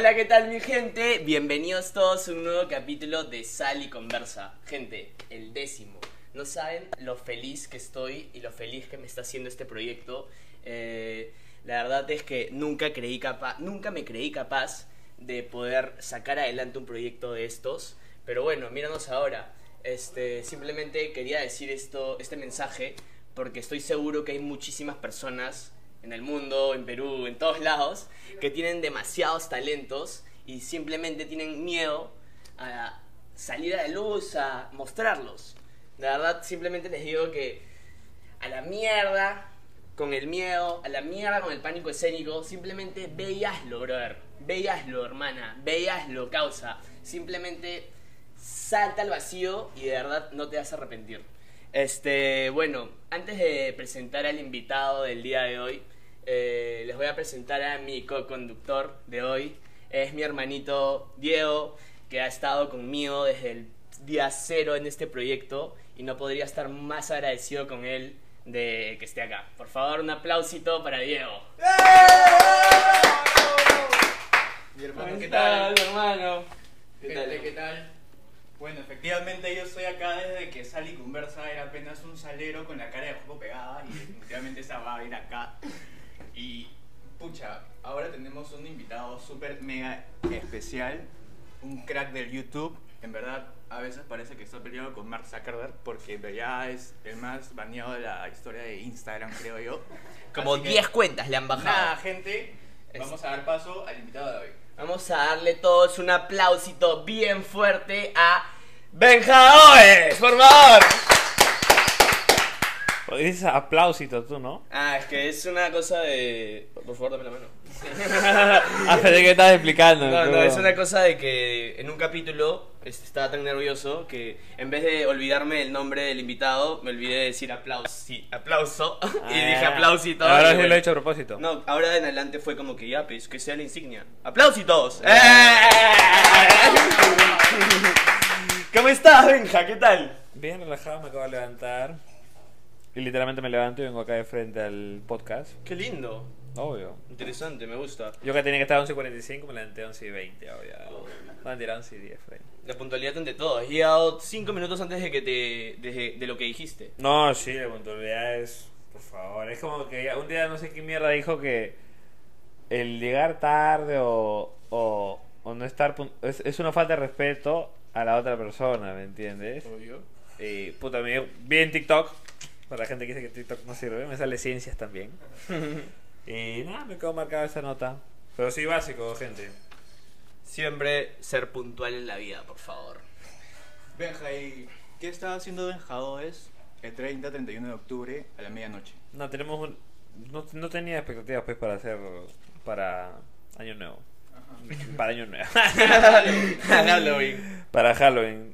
Hola, ¿qué tal mi gente? Bienvenidos todos a un nuevo capítulo de Sal y Conversa. Gente, el 10º. No saben lo feliz que estoy y lo feliz que me está haciendo este proyecto. La verdad es que nunca me creí capaz de poder sacar adelante un proyecto de estos. Pero bueno, míranos ahora. Simplemente quería decir este mensaje porque estoy seguro que hay muchísimas personas en el mundo, en Perú, en todos lados, que tienen demasiados talentos y simplemente tienen miedo a salir a la luz, a mostrarlos. La verdad, simplemente les digo que a la mierda con el miedo, a la mierda con el pánico escénico, simplemente ve y hazlo, brother. Ve y hazlo, hermana. Ve y hazlo, causa. Simplemente salta al vacío y de verdad no te vas a arrepentir. Bueno, antes de presentar al invitado del día de hoy, les voy a presentar a mi co-conductor de hoy. Es mi hermanito Diego, que ha estado conmigo desde el día 0 en este proyecto y no podría estar más agradecido con él de que esté acá. Por favor, un aplausito para Diego. Mi hermano, ¿qué tal? hermano? ¿Qué tal? Bueno, efectivamente yo estoy acá desde que Sal y Conversa era apenas un salero con la cara de juego pegada y definitivamente esa va a ir acá. Y pucha, ahora tenemos un invitado súper mega especial, un crack del YouTube. En verdad, a veces parece que está peleado con Mark Zuckerberg porque en realidad es el más baneado de la historia de Instagram, creo yo. Como 10 cuentas le han bajado. Nada, gente, vamos a dar paso al invitado de hoy. Vamos a darle todos un aplausito bien fuerte a Benjaoes, por favor. Dices aplausito tú, ¿no? Es que es una cosa de... Por favor, dame la mano. ¿De qué estás explicando? No, es una cosa de que en un capítulo estaba tan nervioso que en vez de olvidarme del nombre del invitado, me olvidé de decir aplauso y dije aplausito. Ahora y sí bueno. lo he hecho a propósito. No, ahora en adelante fue como que ya, pues, que sea la insignia. ¡Aplausitos! ¿Cómo estás, Benja? ¿Qué tal? Bien relajado, me acabo de levantar. Y literalmente me levanto y vengo acá de frente al podcast. Qué lindo. Obvio. Interesante, me gusta. Yo que tenía que estar a 11:45 me levanté a 11:20. Van a tirar 11:10 por ahí. La puntualidad ante todo. He llegado 5 minutos antes de que de lo que dijiste. No, sí, la puntualidad es... Por favor, es como que un día no sé qué mierda dijo que el llegar tarde o no estar... Es una falta de respeto a la otra persona, ¿me entiendes? Obvio. Y puta, vi en TikTok, para la gente que dice que TikTok no sirve, me sale ciencias también. Y nada, me quedo marcada esa nota. Pero sí básico, gente. Siempre ser puntual en la vida, por favor. Benja, ¿y qué está haciendo Benjaoes el 30-31 de octubre a la medianoche? No, no tenía expectativas pues para hacer... Para Año Nuevo. Ajá. Para Año Nuevo. Halloween. Para Halloween.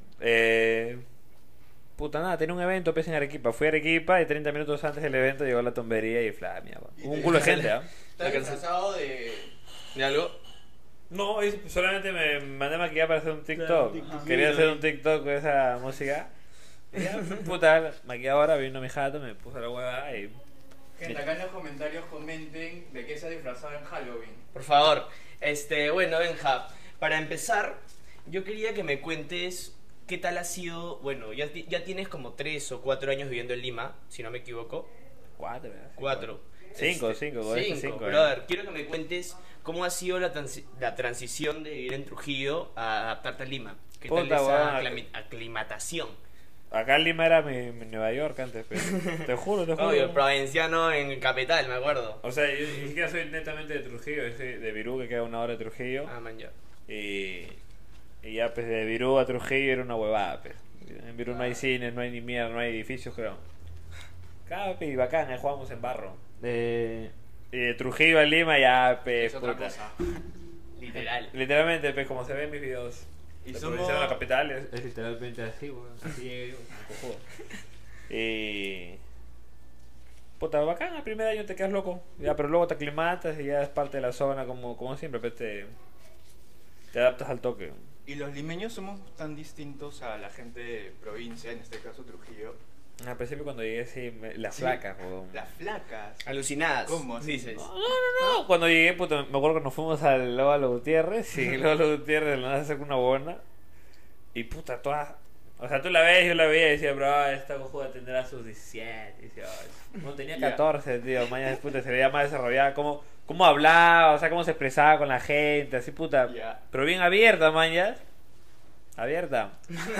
Puta nada, tenía un evento pues en Arequipa. Fui a Arequipa y 30 minutos antes del evento llegó la tombería y fla, mierda. Hubo un culo de gente, ¿ah? ¿Estás disfrazado de algo? No, solamente me mandé a maquillar para hacer un TikTok. Claro, Quería hacer un TikTok con esa música. Y ya, puta, maquillado ahora, vino mi jato, me puse la hueva y... gente? Acá en los comentarios comenten de qué se ha disfrazado en Halloween. Por favor. Bueno, Benja, para empezar, yo quería que me cuentes qué tal ha sido... Bueno, ya tienes como 3 o 4 años viviendo en Lima, si no me equivoco. 4, ¿verdad? 4. 5, Brother, quiero que me cuentes cómo ha sido la transición de vivir en Trujillo a adaptarte a Lima. ¿Qué tal esa aclimatación? Acá en Lima era mi Nueva York antes, pero te juro. Obvio, provinciano en capital, me acuerdo. O sea, yo ni siquiera soy netamente de Trujillo, yo soy de Virú, que queda 1 hora de Trujillo. Man, ya. Y ya pues de Virú a Trujillo era una huevada, pues. En Virú no hay cines, no hay ni mierda, no hay edificios, creo. Claro, y bacán, ahí jugamos en barro. Y de Trujillo a Lima ya, pues, Es otra puta. cosa. Literal. Literalmente, pues, como se ve en mis videos. Y La somos... provincia de la capital es literalmente así, weón. Así llegué yo, me cojudo. Y... Puta, bacán, el primer año te quedas loco. Ya, pero luego te aclimatas y ya es parte de la zona como siempre, pues te adaptas al toque. Y los limeños somos tan distintos a la gente de provincia, en este caso Trujillo, Al principio cuando llegué, sí, las Sí. flacas, weón. Las flacas. Alucinadas. ¿Cómo? Dices. No, cuando llegué, puta, me acuerdo que nos fuimos al Lóbalo Gutiérrez y el Lóbalo Gutiérrez de la nada saca una buena y puta, todas. O sea, tú la ves, yo la veía y decía, bro, esta cojuda tendrá sus 17. Y decía, "Ay". No tenía 14, tío, mañana puta, se veía más desarrollada, cómo hablaba, o sea, cómo se expresaba con la gente, así puta. Ya. Pero bien abierta, mañana. Abierta.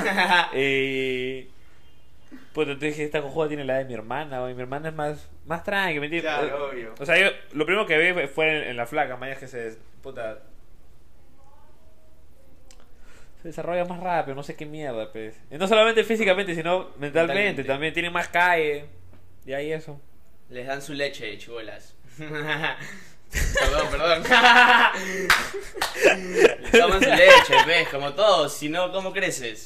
Y. Puta, tú dije, esta cojuda tiene la edad de mi hermana, y mi hermana es más tranqui, ¿me entiendes? Claro, obvio. O sea, yo lo primero que vi fue en la flaca, mañana que puta, se desarrolla más rápido, no sé qué mierda, pues. Y no solamente físicamente, sino mentalmente. También tiene más calle. Y ahí eso. Les dan su leche, chibolas. Perdón. Les toman su leche, ves, como todos, si no, ¿cómo creces?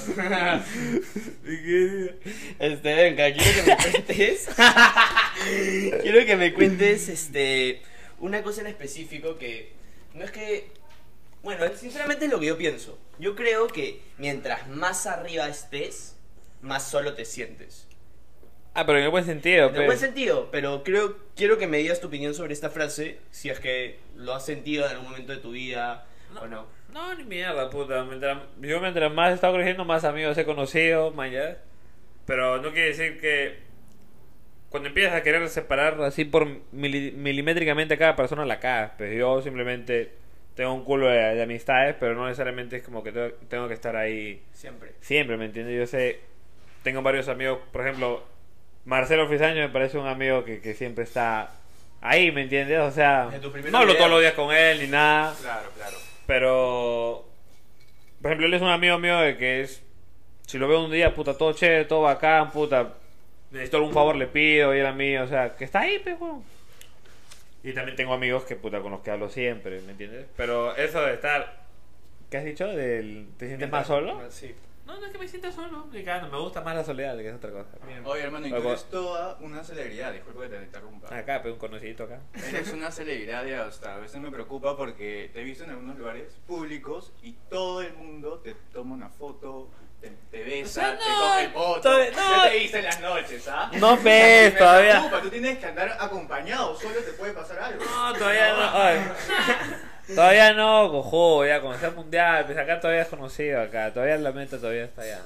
Venga, quiero que me cuentes. Quiero que me cuentes, una cosa en específico que no es que. Bueno, sinceramente es lo que yo pienso. Yo creo que mientras más arriba estés, más solo te sientes. Ah, pero en el buen sentido, En pues. buen sentido, pero quiero que me digas tu opinión sobre esta frase, si es que lo has sentido en algún momento de tu vida o no. No, ni mierda, puta. Mientras más he estado creciendo, más amigos he conocido, mañana. Pero no quiere decir que cuando empiezas a querer separar así por milimétricamente a cada persona la cagas. Pues yo simplemente tengo un culo de amistades, pero no necesariamente es como que tengo que estar ahí Siempre. siempre, ¿me entiendes? Yo sé, tengo varios amigos, por ejemplo, Marcelo Frisaño me parece un amigo que siempre está ahí, ¿me entiendes? O sea, Desde tus primeros no hablo todos videos. los días con él ni nada, Claro, claro. pero por ejemplo, él es un amigo mío de que es, si lo veo un día, puta, todo chévere, todo bacán, puta, necesito algún favor, le pido, y él a mí, o sea, que está ahí, pues, weón. Y también tengo amigos que, puta, con los que hablo siempre, ¿me entiendes? Pero eso de estar, ¿qué has dicho? ¿Te sientes más solo? Sí. No es que me sienta solo, me gusta más la soledad, que es otra cosa. Oye, hermano, y tú Luego- eres toda una celebridad, disculpa que te interrumpa. Acá, pero un conocidito acá. Eres una celebridad y hasta a veces me preocupa porque te he visto en algunos lugares públicos y todo el mundo te toma una foto, te besa, O sea, te no, coge el poto. todavía- no. Yo te he visto en las noches, ¿ah? No, Me pues, todavía. preocupa, tú tienes que andar acompañado, solo te puede pasar algo. No, todavía no. Ay. Todavía no, cojo, ya cuando sea mundial, pues acá todavía es conocido acá, todavía la meta todavía está allá.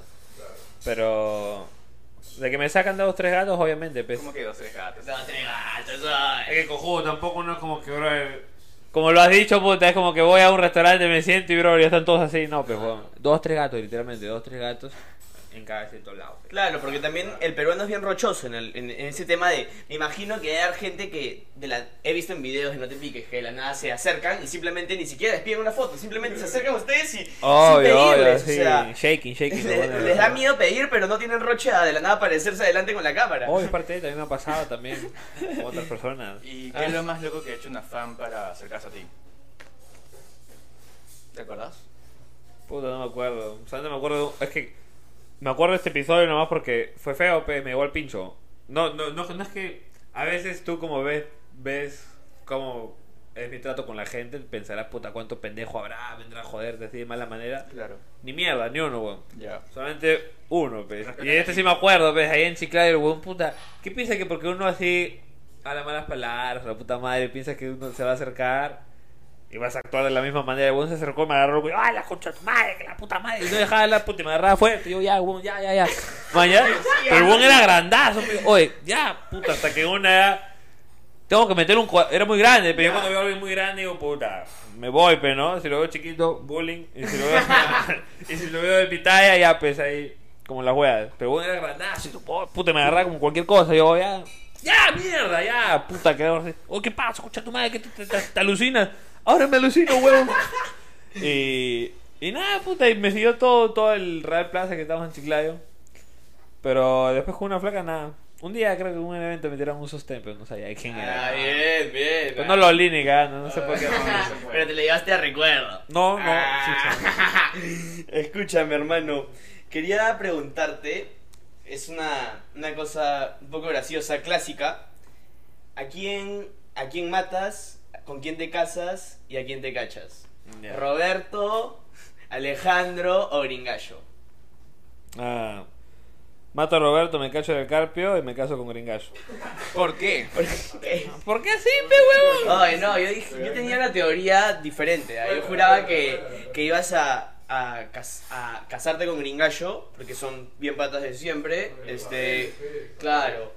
Pero de que me sacan 2 o 3 gatos, obviamente, pues. ¿Cómo que 2 gatos? No, tres gatos, Es ay. que cojudo tampoco no es como que, bro, como lo has dicho, puta, es como que voy a un restaurante, me siento y, bro, ya están todos así. No, pues, bueno, 2 o 3 gatos, literalmente, 2 o 3 gatos en cada cierto lado. Pues. Claro, porque también el peruano es bien rochoso en ese tema de. Me imagino que hay gente que he visto en videos de No Te Piques que de la nada se acercan y simplemente ni siquiera les piden una foto, simplemente se acercan a ustedes y. Obvio, sin obvio, pedirles, sí, o sea, shaking. les da miedo pedir, pero no tienen roche a de la nada aparecerse adelante con la cámara. Oh, es parte de también me ha pasado también con otras personas. ¿Y qué es lo más loco que ha hecho una fan para acercarse a ti? ¿Te acuerdas? Puta, no me acuerdo. O sea, no me acuerdo. Es que me acuerdo de este episodio nomás porque fue feo, me llegó al pincho. No es que a veces tú como ves cómo es mi trato con la gente, pensarás, puta, cuánto pendejo habrá, vendrá a joderte así de mala manera. Claro. Ni mierda, ni uno, weón. Ya. Solamente uno, pues. Y este sí me acuerdo, pues, ahí en Chiclayo, el weón, puta. ¿Qué piensa que porque uno así a las malas palabras, a la puta madre, piensa que uno se va a acercar y vas a actuar de la misma manera? El weón se acercó, me agarró, weón, ¡ay, la concha de tu madre, que la puta madre! Y no dejaba de la puta y me agarraba fuerte. Y yo, ya, weón, ya. Mañana. Pero el weón era grandazo, pues. Oye, ya, puta, hasta que una ya. Tengo que meter era muy grande, pero yo cuando veo a alguien muy grande digo, puta, me voy, pero no, si lo veo chiquito, bullying, y si lo veo, y si lo veo de pitaya, ya pues ahí, como las weas. Pero bueno, era grandazo, y puta, me agarraba como cualquier cosa, yo ya, mierda, ya, puta, que así, oh, ¿qué pasa, escucha tu madre, que te alucinas? Ahora me alucino, huevón. Y nada, puta, y me siguió todo el Real Plaza que estábamos en Chiclayo. Pero después con una flaca, nada. Un día creo que en un evento me tiraron un sostén, pero no sabía de quién era. Ah, bien. Pero no lo olí ni cagando, no sé por qué. Pero te le llevaste a recuerdo. No, Ah. Escúchame, hermano. Quería preguntarte, es una cosa un poco graciosa, clásica. ¿A quién matas? ¿Con quién te casas? ¿Y a quién te cachas? Ya. ¿Roberto, Alejandro o Gringallo? Ah, Mato a Roberto, me cacho del Carpio y me caso con Gringallo. ¿Por qué? ¿Por qué así, pe huevón? Ay, no, yo tenía una teoría diferente. Yo juraba que ibas a casarte con Gringallo, porque son bien patas de siempre. Claro,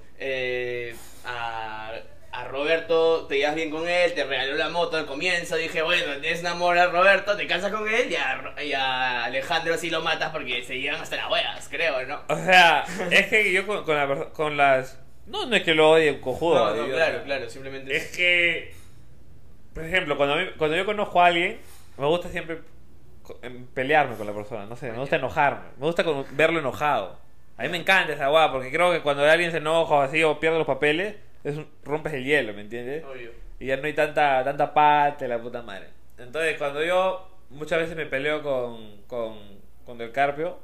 a Roberto te llevas bien con él, te regaló la moto al comienzo. Dije, bueno, tienes una amor a Roberto, te casas con él, y a Alejandro sí lo matas porque se llegan hasta las huevas, creo, ¿no? O sea, es que yo con las... No es que lo odie cojudo. No, idiota. claro, simplemente Es que, por ejemplo, cuando yo conozco a alguien, me gusta siempre pelearme con la persona, no sé, me gusta enojarme, me gusta verlo enojado. A mí me encanta esa guapa, porque creo que cuando alguien se enoja o así o pierde los papeles, rompes el hielo, ¿me entiendes? Obvio. Y ya no hay tanta pata, la puta madre. Entonces, cuando yo muchas veces me peleo con Del Carpio,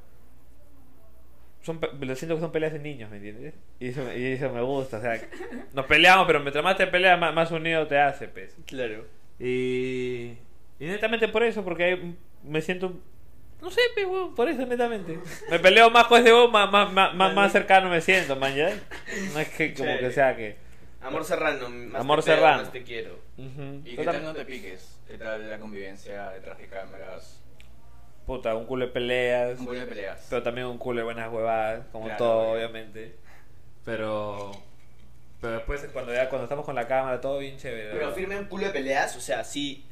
lo siento que son peleas de niños, ¿me entiendes? Y eso me gusta, o sea, nos peleamos, pero mientras más te peleas, más unido te hace, pues. Claro. Y netamente por eso, porque ahí me siento... No sé, pues, weón, por eso netamente. Me peleo más con ese weón, más cercano me siento, man, ¿ya? No es que como que sea que... Amor serrano, más Amor te pego, serrano. más te quiero. ¿Y qué tal no te piques? ¿Qué tal la convivencia detrás de cámaras? Puta, un culo de peleas, Un buen de peleas. pero también un culo de buenas huevadas, como Claro, todo, obvio. obviamente. Pero después, cuando estamos con la cámara, todo bien chévere. Pero ¿verdad? firme un culo de peleas, o sea, sí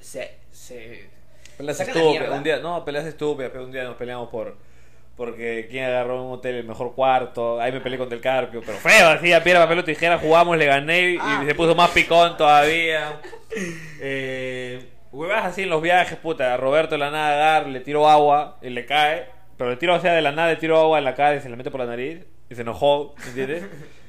Peleas sacan la estúpidas, mierda. peleas estúpidas, pero un día nos peleamos porque quién agarró en un hotel el mejor cuarto, ahí me peleé con Del Carpio, pero feo, así a piedra, papel o tijera, jugamos, le gané y se puso más picón todavía. Huevas así en los viajes, puta, a Roberto de la nada agarra, le tiro agua y le cae, pero le tiro, o sea, de la nada le tiro agua en la cara y se le mete por la nariz y se enojó, ¿me entiendes?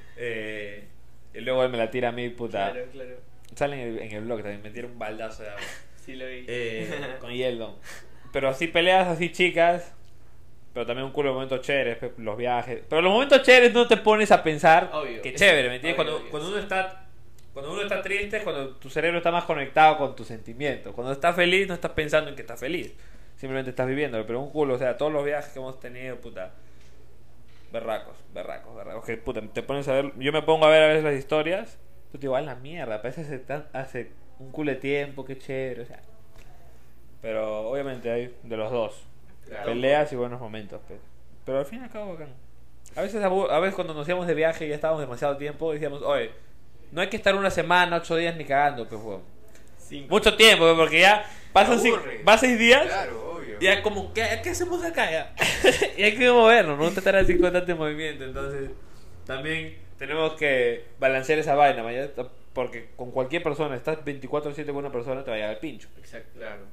Y luego él me la tira a mí, puta. Claro. Sale en el blog también, me tira un baldazo de agua. Sí lo vi. Con hielo. Pero así peleas así chicas. Pero también un culo de momentos chéveres, los viajes. Pero los momentos chéveres no te pones a pensar Obvio. que chévere, ¿me entiendes? Obvio. Cuando uno está triste es cuando tu cerebro está más conectado con tus sentimientos. Cuando estás feliz no estás pensando en que estás feliz. Simplemente estás viviendo. Pero un culo, o sea, todos los viajes que hemos tenido, puta. Berracos. Que puta, te pones a ver. Yo me pongo a veces las historias. Tú te igual la mierda. Parece hace un culo de tiempo, qué chévere, o sea. Pero obviamente hay de los dos. Claro. Peleas y buenos momentos, pues. Pero al fin y al cabo bacán. A veces cuando nos íbamos de viaje y ya estábamos demasiado tiempo, decíamos, oye, no hay que estar una semana, 8 días ni cagando, pues, weón. Mucho tiempo, pues, porque ya pasan aburre. 6 días. Claro, obvio. Y ya como, ¿qué hacemos acá ya? Y hay que movernos, no estar así con tanto movimiento. Entonces, también tenemos que balancear esa vaina, ¿ya? Porque con cualquier persona, estás 24/7 con una persona, te va a llegar el pincho. Exacto. Claro.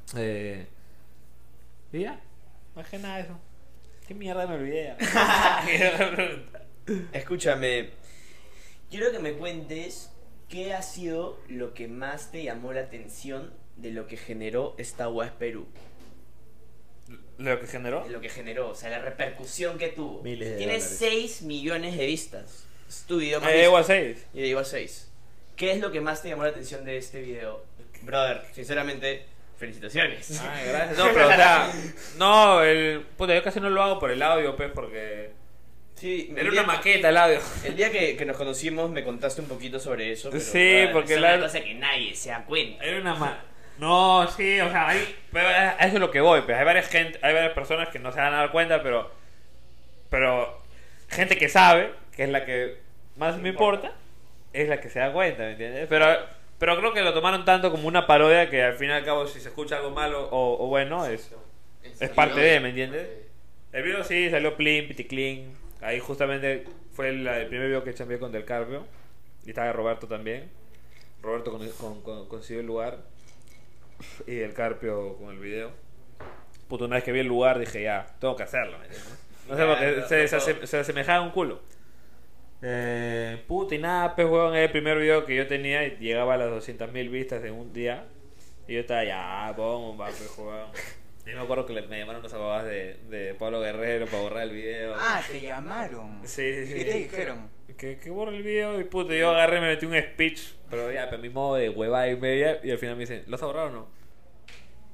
Y ya, más que nada eso. ¿Qué mierda me olvidé ya? Escúchame, quiero que me cuentes qué ha sido lo que más te llamó la atención de lo que generó esta UAS Perú. ¿Lo que generó? De lo que generó, o sea, la repercusión que tuvo. Miles de Tiene dólares. 6 millones de vistas. Es tu video más Igual visto. 6. Y llegó a 6. ¿Qué es lo que más te llamó la atención de este video? Brother, sinceramente, felicitaciones. Ay, gracias. No, pero o sea, puta, yo casi no lo hago por el audio, pues, porque Sí, era una maqueta el audio. El día que nos conocimos me contaste un poquito sobre eso. Pero, Sí, brother, porque es la- una cosa que nadie se da cuenta. Era una No, sí, o sea, pero a eso es lo que voy, pues. Hay varias personas que no se van a dar cuenta, pero gente que sabe, que es la que más me importa, es la que se da cuenta, ¿me entiendes? Pero creo que lo tomaron tanto como una parodia que al fin y al cabo si se escucha algo malo o bueno es parte de, ¿me entiendes? El video sí salió plin, piticlin. Ahí justamente fue el primer video que chambeé con Del Carpio. Y estaba Roberto también. Roberto consiguió el lugar. Y Del Carpio con el video. Puta, una vez que vi el lugar dije, ya, tengo que hacerlo, ¿me entiendes? No sé, porque se asemejaba a un culo. Puta, y nada, pues, weón, era el primer video que yo tenía y llegaba a las 200.000 vistas en un día. Y yo estaba, ya, bomba, pues, weón. Y me acuerdo que me llamaron los abogados de Pablo Guerrero para borrar el video. Ah, te llamaron. Sí. ¿Qué te dijeron? Que borre el video y puta, yo agarré y me metí un speech, pero ya, a mi modo de huevada y media, y al final me dicen, ¿lo has borrado o no?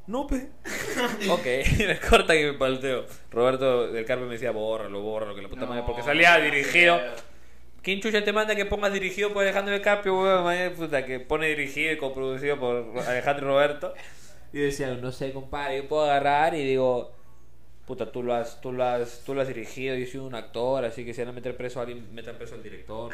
No, pe. Ok, me corta y me palteo. Roberto del Carmen me decía, bórralo, que la puta madre. Porque salía dirigido. ¿Quién chucha te manda que pongas dirigido por Alejandro del Carpio, weón? Mañana, puta, que pone dirigido y coproducido por Alejandro y Roberto. Y decía, no sé, compadre, yo puedo agarrar y digo, puta, tú lo has dirigido, yo soy un actor, así que si van a meter preso a alguien, metan preso al director.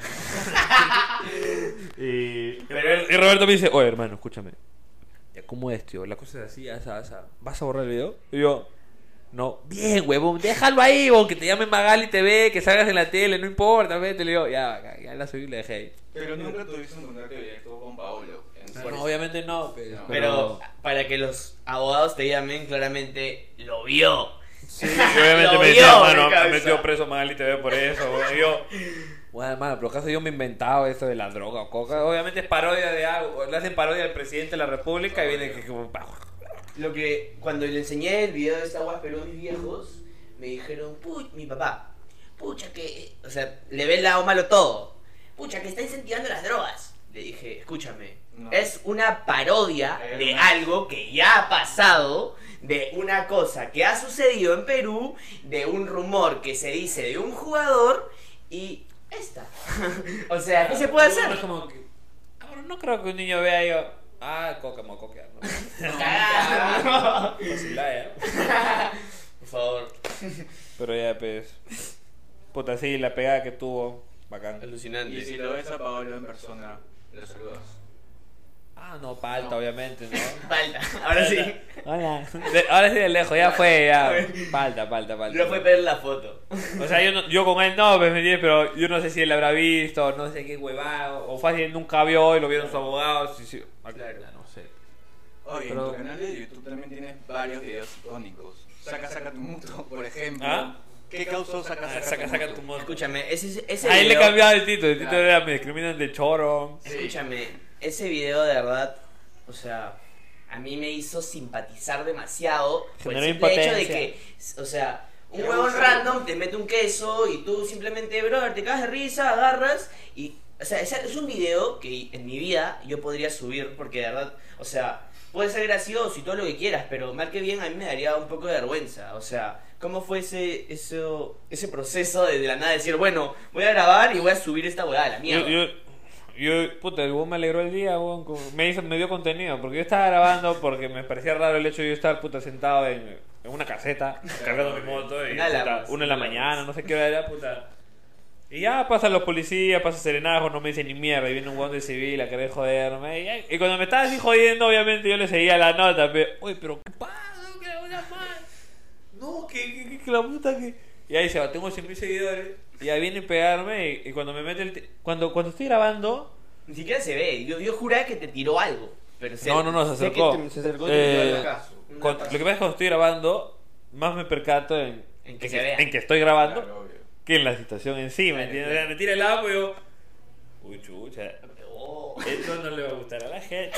y Roberto me dice, oye, hermano, escúchame. ¿Cómo es, tío? La cosa es así, asa. ¿Vas a borrar el video? Y yo, no. Bien, huevón, déjalo ahí, huevón, que te llame Magali TV, que salgas en la tele, no importa, vete. Le digo, ya la subí y le dejé ahí. Pero nunca tuviste un contacto directo con Paolo. No, obviamente no, pero para que los abogados te llamen, claramente lo vio. Sí, obviamente me decía, mano, me metió preso Magali TV por eso, huevón. Y yo, bueno, hermano, pero acaso yo me he inventado esto de la droga o coca. Obviamente es parodia de algo. Le hacen parodia al presidente de la república y viene que como... Lo que cuando le enseñé el video de esta guas Perú a mis viejos, me dijeron, mi papá, pucha que... O sea, le ve el lado malo todo. Pucha que está incentivando las drogas. Le dije, escúchame, no. Es una parodia de algo que ya ha pasado, de una cosa que ha sucedido en Perú, de un rumor que se dice de un jugador y... esta. O sea, ¿qué se puede hacer? Es como que, no creo que un niño vea y yo, coca, me voy a coquear. No. Por favor. Pero ya, pues. Puta, sí, la pegada que tuvo, bacán. Alucinante. Y si lo ves a Paolo en persona, lo saludas. No, palta, obviamente, ¿no? Palta, ahora sí. Hola. Ahora sí de lejos, ya fue, ya. Palta. No fue ver la foto. O sea, yo con él no, pues, pero yo no sé si él habrá visto, no sé qué huevado, o fácil nunca vio y lo vieron sus abogados. Sí. Claro. No sé. Oye, en tu canal de YouTube también tienes varios videos icónicos. Saca tu mundo, por ejemplo. ¿Qué causó saca tu moto? Escúchame, ese ahí video... le cambiaba el título era me discriminan de choro. Escúchame, ese video de verdad, o sea, a mí me hizo simpatizar demasiado por el simple hecho de que, o sea, un huevón random te mete un queso y tú simplemente, brother, te cagas de risa, agarras y, o sea, es un video que en mi vida yo podría subir porque de verdad, o sea, puede ser gracioso y todo lo que quieras, pero mal que bien a mí me daría un poco de vergüenza, o sea, ¿cómo fue ese proceso de la nada decir, bueno, voy a grabar y voy a subir esta huevada a la mierda? Puta, el weón me alegró el día, weón, me dio contenido, porque yo estaba grabando porque me parecía raro el hecho de yo estar, puta, sentado en una caseta, cargando mi moto, y puta, 1 de la mañana, no sé qué hora era, puta. Y ya pasan los policías, pasa Serenajo, no me dice ni mierda, y viene un weón de civil a querer joderme, y cuando me estaba así jodiendo, obviamente yo le seguía la nota, pero, oye, pero ¿qué pasa? ¿Qué la voy a mal? No, que la puta que... Y ahí dice, tengo 100.000 seguidores. Y ahí viene a pegarme. Y cuando me mete cuando estoy grabando. Ni siquiera se ve. Yo juraba que te tiró algo. Pero no, se acercó. Se acercó y te tiró algo. Lo que pasa es que cuando estoy grabando, más me percato en que estoy grabando, claro, que en la situación en sí. ¿Me entiendes? Claro. Me tira el agua y yo. Uy, chucha. Esto no le va a gustar a la gente.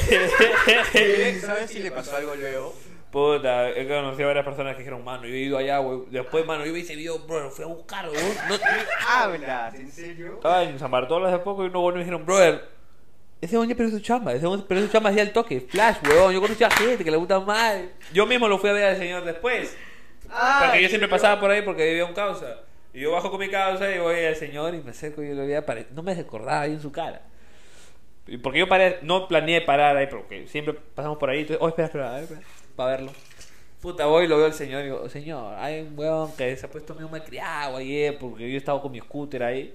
¿Sabes si le pasó algo luego? Puta, he conocido a varias personas que dijeron, mano, yo he ido allá, güey. Después, mano, yo vi ese video, bro, lo fui a buscar, güey. No hablas, ¿en serio? Estaba en San Bartolo hace poco y unos buenos me dijeron, brother, ese hombre perdió su chamba, hacía el toque, flash, weón. Yo conocí a gente que le gusta mal. Yo mismo lo fui a ver al señor después. Porque yo siempre pasaba por ahí porque vivía un causa. Y yo bajo con mi causa y voy al señor y me acerco y yo lo veía, no me recordaba ahí en su cara. Porque yo no planeé parar ahí, porque siempre pasamos por ahí. Entonces, espera. Para verlo. Puta, voy y lo veo al señor y digo, señor, hay un weón que se ha puesto medio malcriado ayer porque yo estaba con mi scooter ahí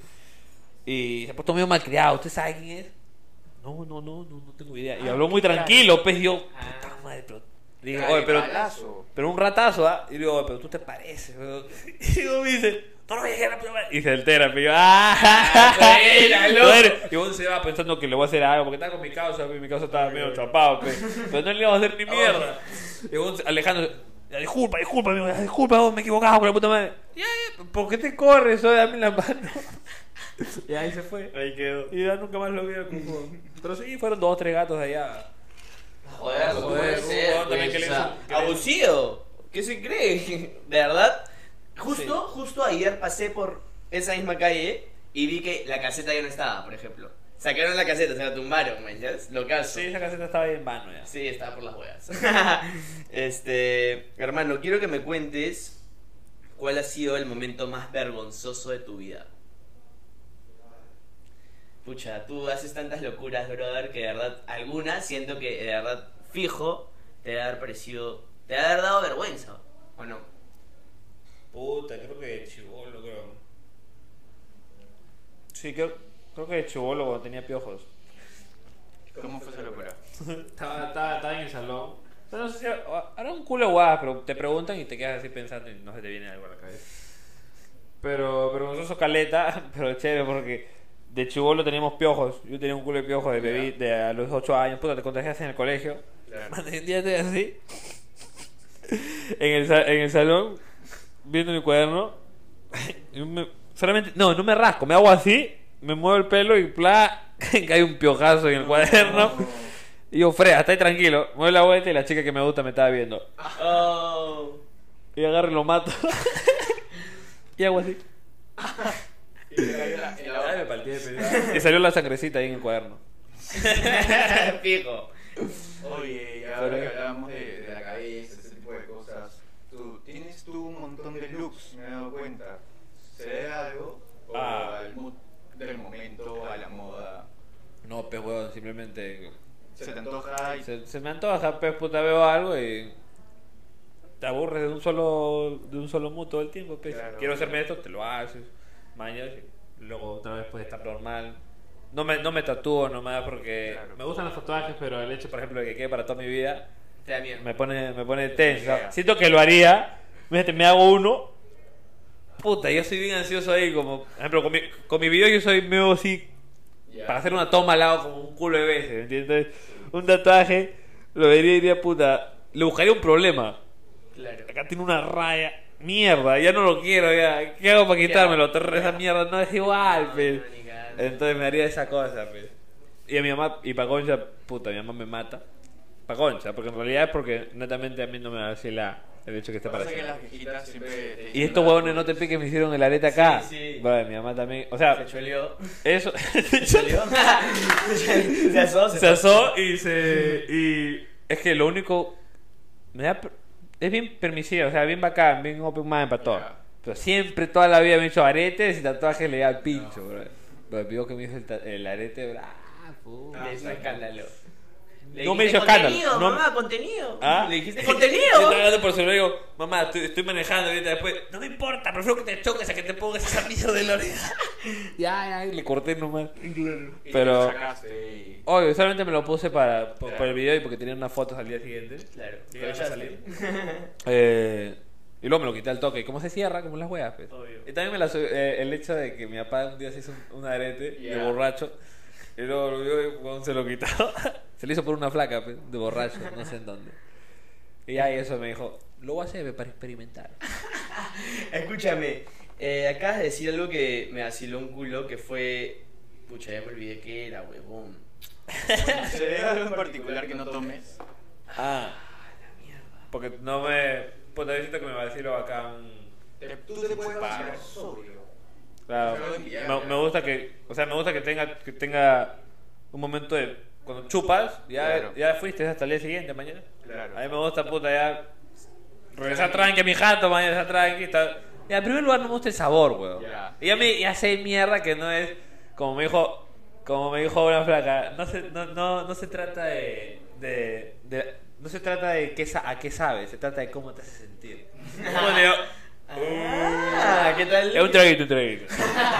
y se ha puesto medio malcriado. ¿Usted sabe quién es? No tengo idea. Y habló muy tranquilo, pues yo, puta madre, pero digo, oye, pero un ratazo, ¿ah? Y digo, pero tú te pareces, weón. Y digo, me dice, no lo voy a dejar a probar. Y se altera, pero yo, y vos se va pensando que le voy a hacer algo, porque estaba con mi causa estaba medio chapado, pero no le iba a hacer ni mierda. Y vos, Alejandro, disculpa, vos me he equivocado con la puta madre. Ya, ¿por qué te corres? Dame la mano. Y ahí se fue. Ahí quedó. Y ya nunca más lo vi. Pero sí, fueron 2 o 3 gatos de allá. Joder, abusivo. ¿Qué se cree? De verdad. Justo ayer pasé por esa misma calle y vi que la caseta ya no estaba, por ejemplo. Sacaron la caseta, se la tumbaron, man, ¿ya? Locazo. Sí, esa caseta estaba ahí en vano ya. Sí, estaba por las huevas. Hermano, quiero que me cuentes cuál ha sido el momento más vergonzoso de tu vida. Pucha, tú haces tantas locuras, brother, que de verdad, algunas siento que de verdad, fijo, te debe haber parecido, te debe haber dado vergüenza, ¿o no? Puta, creo que de chibolo, creo. Sí, creo que de chibolo cuando tenía piojos. ¿Cómo fue esa locura? Estaba en el salón. No sé si era un culo guada, pero te preguntan y te quedas así pensando y no se te viene algo a la cabeza. Pero nosotros caleta, pero chévere porque de chibolo teníamos piojos. Yo tenía un culo de piojos de bebé de a los 8 años. Puta, te contagiaste en el colegio. Claro. Man, un día estoy así en el salón viendo mi cuaderno. Y solamente, no me rasco, me hago así, me muevo el pelo y plá, cae un piojazo en el cuaderno. Y yo, Fred, hasta ahí tranquilo. Me doy la vuelta y la chica que me gusta me estaba viendo. Oh. Y agarro y lo mato. Y hago así. Y le cayó en la Ay, me palteé, y salió la sangrecita ahí en el cuaderno. Fijo. Oye, y ahora que hablábamos de la cabeza, ese tipo de cosas, tienes un montón de looks, me he dado cuenta. ¿Se debe a algo? ¿O al mood del momento, a la moda? No, pues huevón, simplemente ¿Se te antoja? se me antoja, pues puta, veo algo y te aburres de un solo mood todo el tiempo, pues. Claro, Quiero hacerme claro. esto, te lo haces, mañana, luego otra vez puede estar normal. No me tatúo nomás porque Claro. me gustan los tatuajes, pero el hecho, por ejemplo, de que quede para toda mi vida Te da miedo. me pone tenso. idea. Siento que lo haría, fíjate, me hago uno. Puta, yo soy bien ansioso ahí, como, por ejemplo, con mi video yo soy medio así, Ya. para hacer una toma al lado como un culo de veces, ¿me entiendes? Un tatuaje, lo vería y diría, puta, le buscaría un problema. Claro. Acá tiene una raya, mierda, ya no lo quiero, ya. ¿Qué hago para quitármelo? Esa mierda no es igual, pues. No, ni cagando. Entonces me haría esa cosa, pues. Y a mi mamá, y pa' concha, puta, mi mamá me mata. Pa' concha, porque en realidad es porque netamente a mí no me vacila el hecho que esté para Pasa que hacer. las viejitas siempre te Y dicen estos las huevones no te cosas. piques me hicieron el arete acá. Sí, sí. Vale, mi mamá también. O sea, Se choleó. eso. Se choleó. Se asó, Se asó y es que lo único es bien permisivo, o sea, bien bacán, bien open mind para todo. Ya. Pero siempre toda la vida me he hecho aretes y tatuajes le da al pincho, bro. Pero el pidió que me hizo el arete, bro. Puta. Le hizo escándalo. Le No me dijiste, hizo escándalo, contenido, no- mamá, contenido. ¿Ah? Le dijiste Yo contenido. estaba hablando por celular y digo, mamá, estoy manejando ahorita después. No me importa, prefiero que te choques a que te pongas esa mierda en la oreja. Ya, y le corté nomás. Y Pero- te sacaste y... Obvio, solamente me lo puse por el video y porque tenía unas fotos al día siguiente. Claro. Y iban a Aprovechaste. salir. Y luego me lo quité al toque. ¿Cómo se cierra? Como las weas, pues. Obvio. Y también el hecho de que mi papá un día se hizo un arete de Ya. borracho. Y luego lo vio y cuando se lo quitó. Se lo hizo por una flaca, pues, de borracho, no sé en dónde. Y ya, y eso me dijo, lo voy a hacer para experimentar. Escúchame, acabas de decir algo que me vaciló un culo, que fue... Pucha, ya me olvidé qué era, huevón. ¿Se debe a algo en particular que no tomes? Ah, porque no me. Puta, yo siento que me vacilo bacán. Tú te puedes vacilar sobrio. Claro, me gusta que tenga un momento de cuando chupas, Claro. ya fuiste hasta el día siguiente mañana. Claro. A mí me gusta puta ya regresar tranqui a mi jato, mañana estar tranqui, ya en primer lugar no me gusta el sabor, weón. Ya. Y ya sé mierda que no es como me dijo una flaca, no se trata no se trata de a qué sabe, se trata de cómo te hace sentir. Como le digo, Ah, ¿qué tal? es un traguito.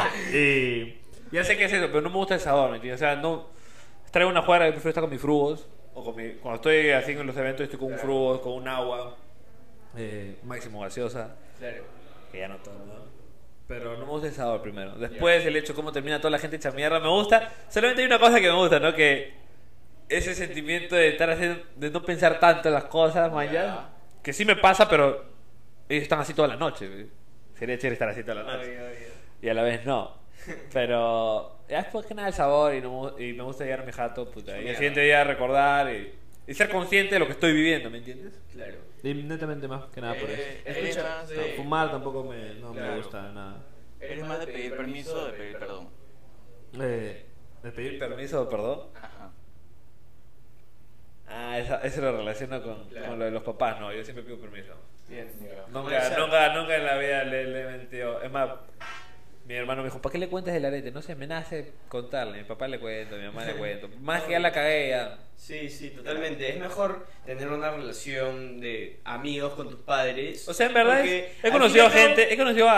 Y ya sé que es eso, pero no me gusta el sabor, ¿me entiendes? O sea, no traigo una juega que prefiero estar con mis frugos, o cuando estoy así en los eventos estoy con un frugos, con un agua, máximo gaseosa, Claro. que ya no tomo, ¿no? Pero no me gusta el sabor primero. Después el hecho de cómo termina toda la gente hecha mierda, me gusta. Solamente hay una cosa que me gusta, ¿no? Que ese sentimiento de estar haciendo, de no pensar tanto en las cosas, man, ya. Que sí me pasa, pero ellos están así toda la noche. ¿Ve? Sería chévere estar así toda la noche. Obvio. Y a la vez no. Pero ya es porque nada el sabor y me gusta llegar a mi jato, puta. Y el Mierda. siguiente día recordar y ser consciente de lo que estoy viviendo, ¿me entiendes? Claro. Y netamente más que nada por eso. Eres Escucha, más No, de... fumar tampoco no me Claro. gusta nada. ¿Eres más de pedir permiso o de pedir perdón? ¿De pedir permiso o perdón? Ajá. Ah, eso lo relaciono Claro. con lo de los papás, no, yo siempre pido permiso. Bien. Nunca en la vida le he mentido. Es más, mi hermano me dijo, ¿para qué le cuentas el arete? No sé, me nace contarle. Mi papá le cuento, mi mamá le cuento. Más que ya la cagué ya. Sí, sí, totalmente. Es mejor tener una relación de amigos con tus padres. O sea, en verdad, porque he al conocido fin y al gente, he conocido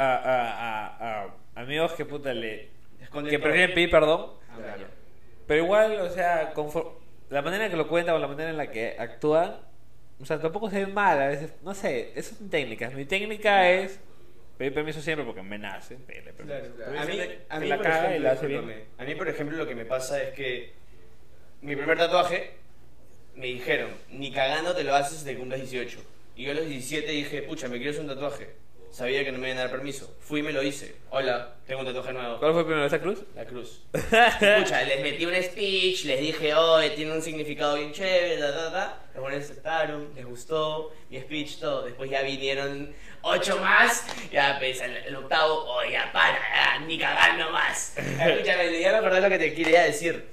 a amigos que puta Esconden que todo. prefieren pedir perdón. cabo. Ah, ya. Pero igual, o sea, la manera en que lo cuentan o la manera en la que actúan, o sea, tampoco se ve mal a veces. No sé, esas son técnicas. Mi técnica es pedir permiso siempre porque me nace pedirle permiso. Claro, claro. Pero hay A mí, gente a que mí, la por caga ejemplo, y la hace bien. discúlpame, a mí, por ejemplo, lo que me pasa es que mi primer tatuaje me dijeron, ni cagando te lo haces hasta que cumplas 18. Y yo a los 17 dije, pucha, me quiero hacer un tatuaje. Sabía que no me iban a dar permiso. Fui y me lo hice. Hola, tengo un tatuaje nuevo. ¿Cuál fue primero, esa cruz? La cruz. Escucha, les metí un speech, les dije, oye, tiene un significado bien chévere, Los buenos aceptaron, les gustó mi speech, todo. Después ya vinieron 8 más, ya pues el octavo, oye, ya para, ya, ni cagando más. Escúchame, ya me acordé lo que te quería decir.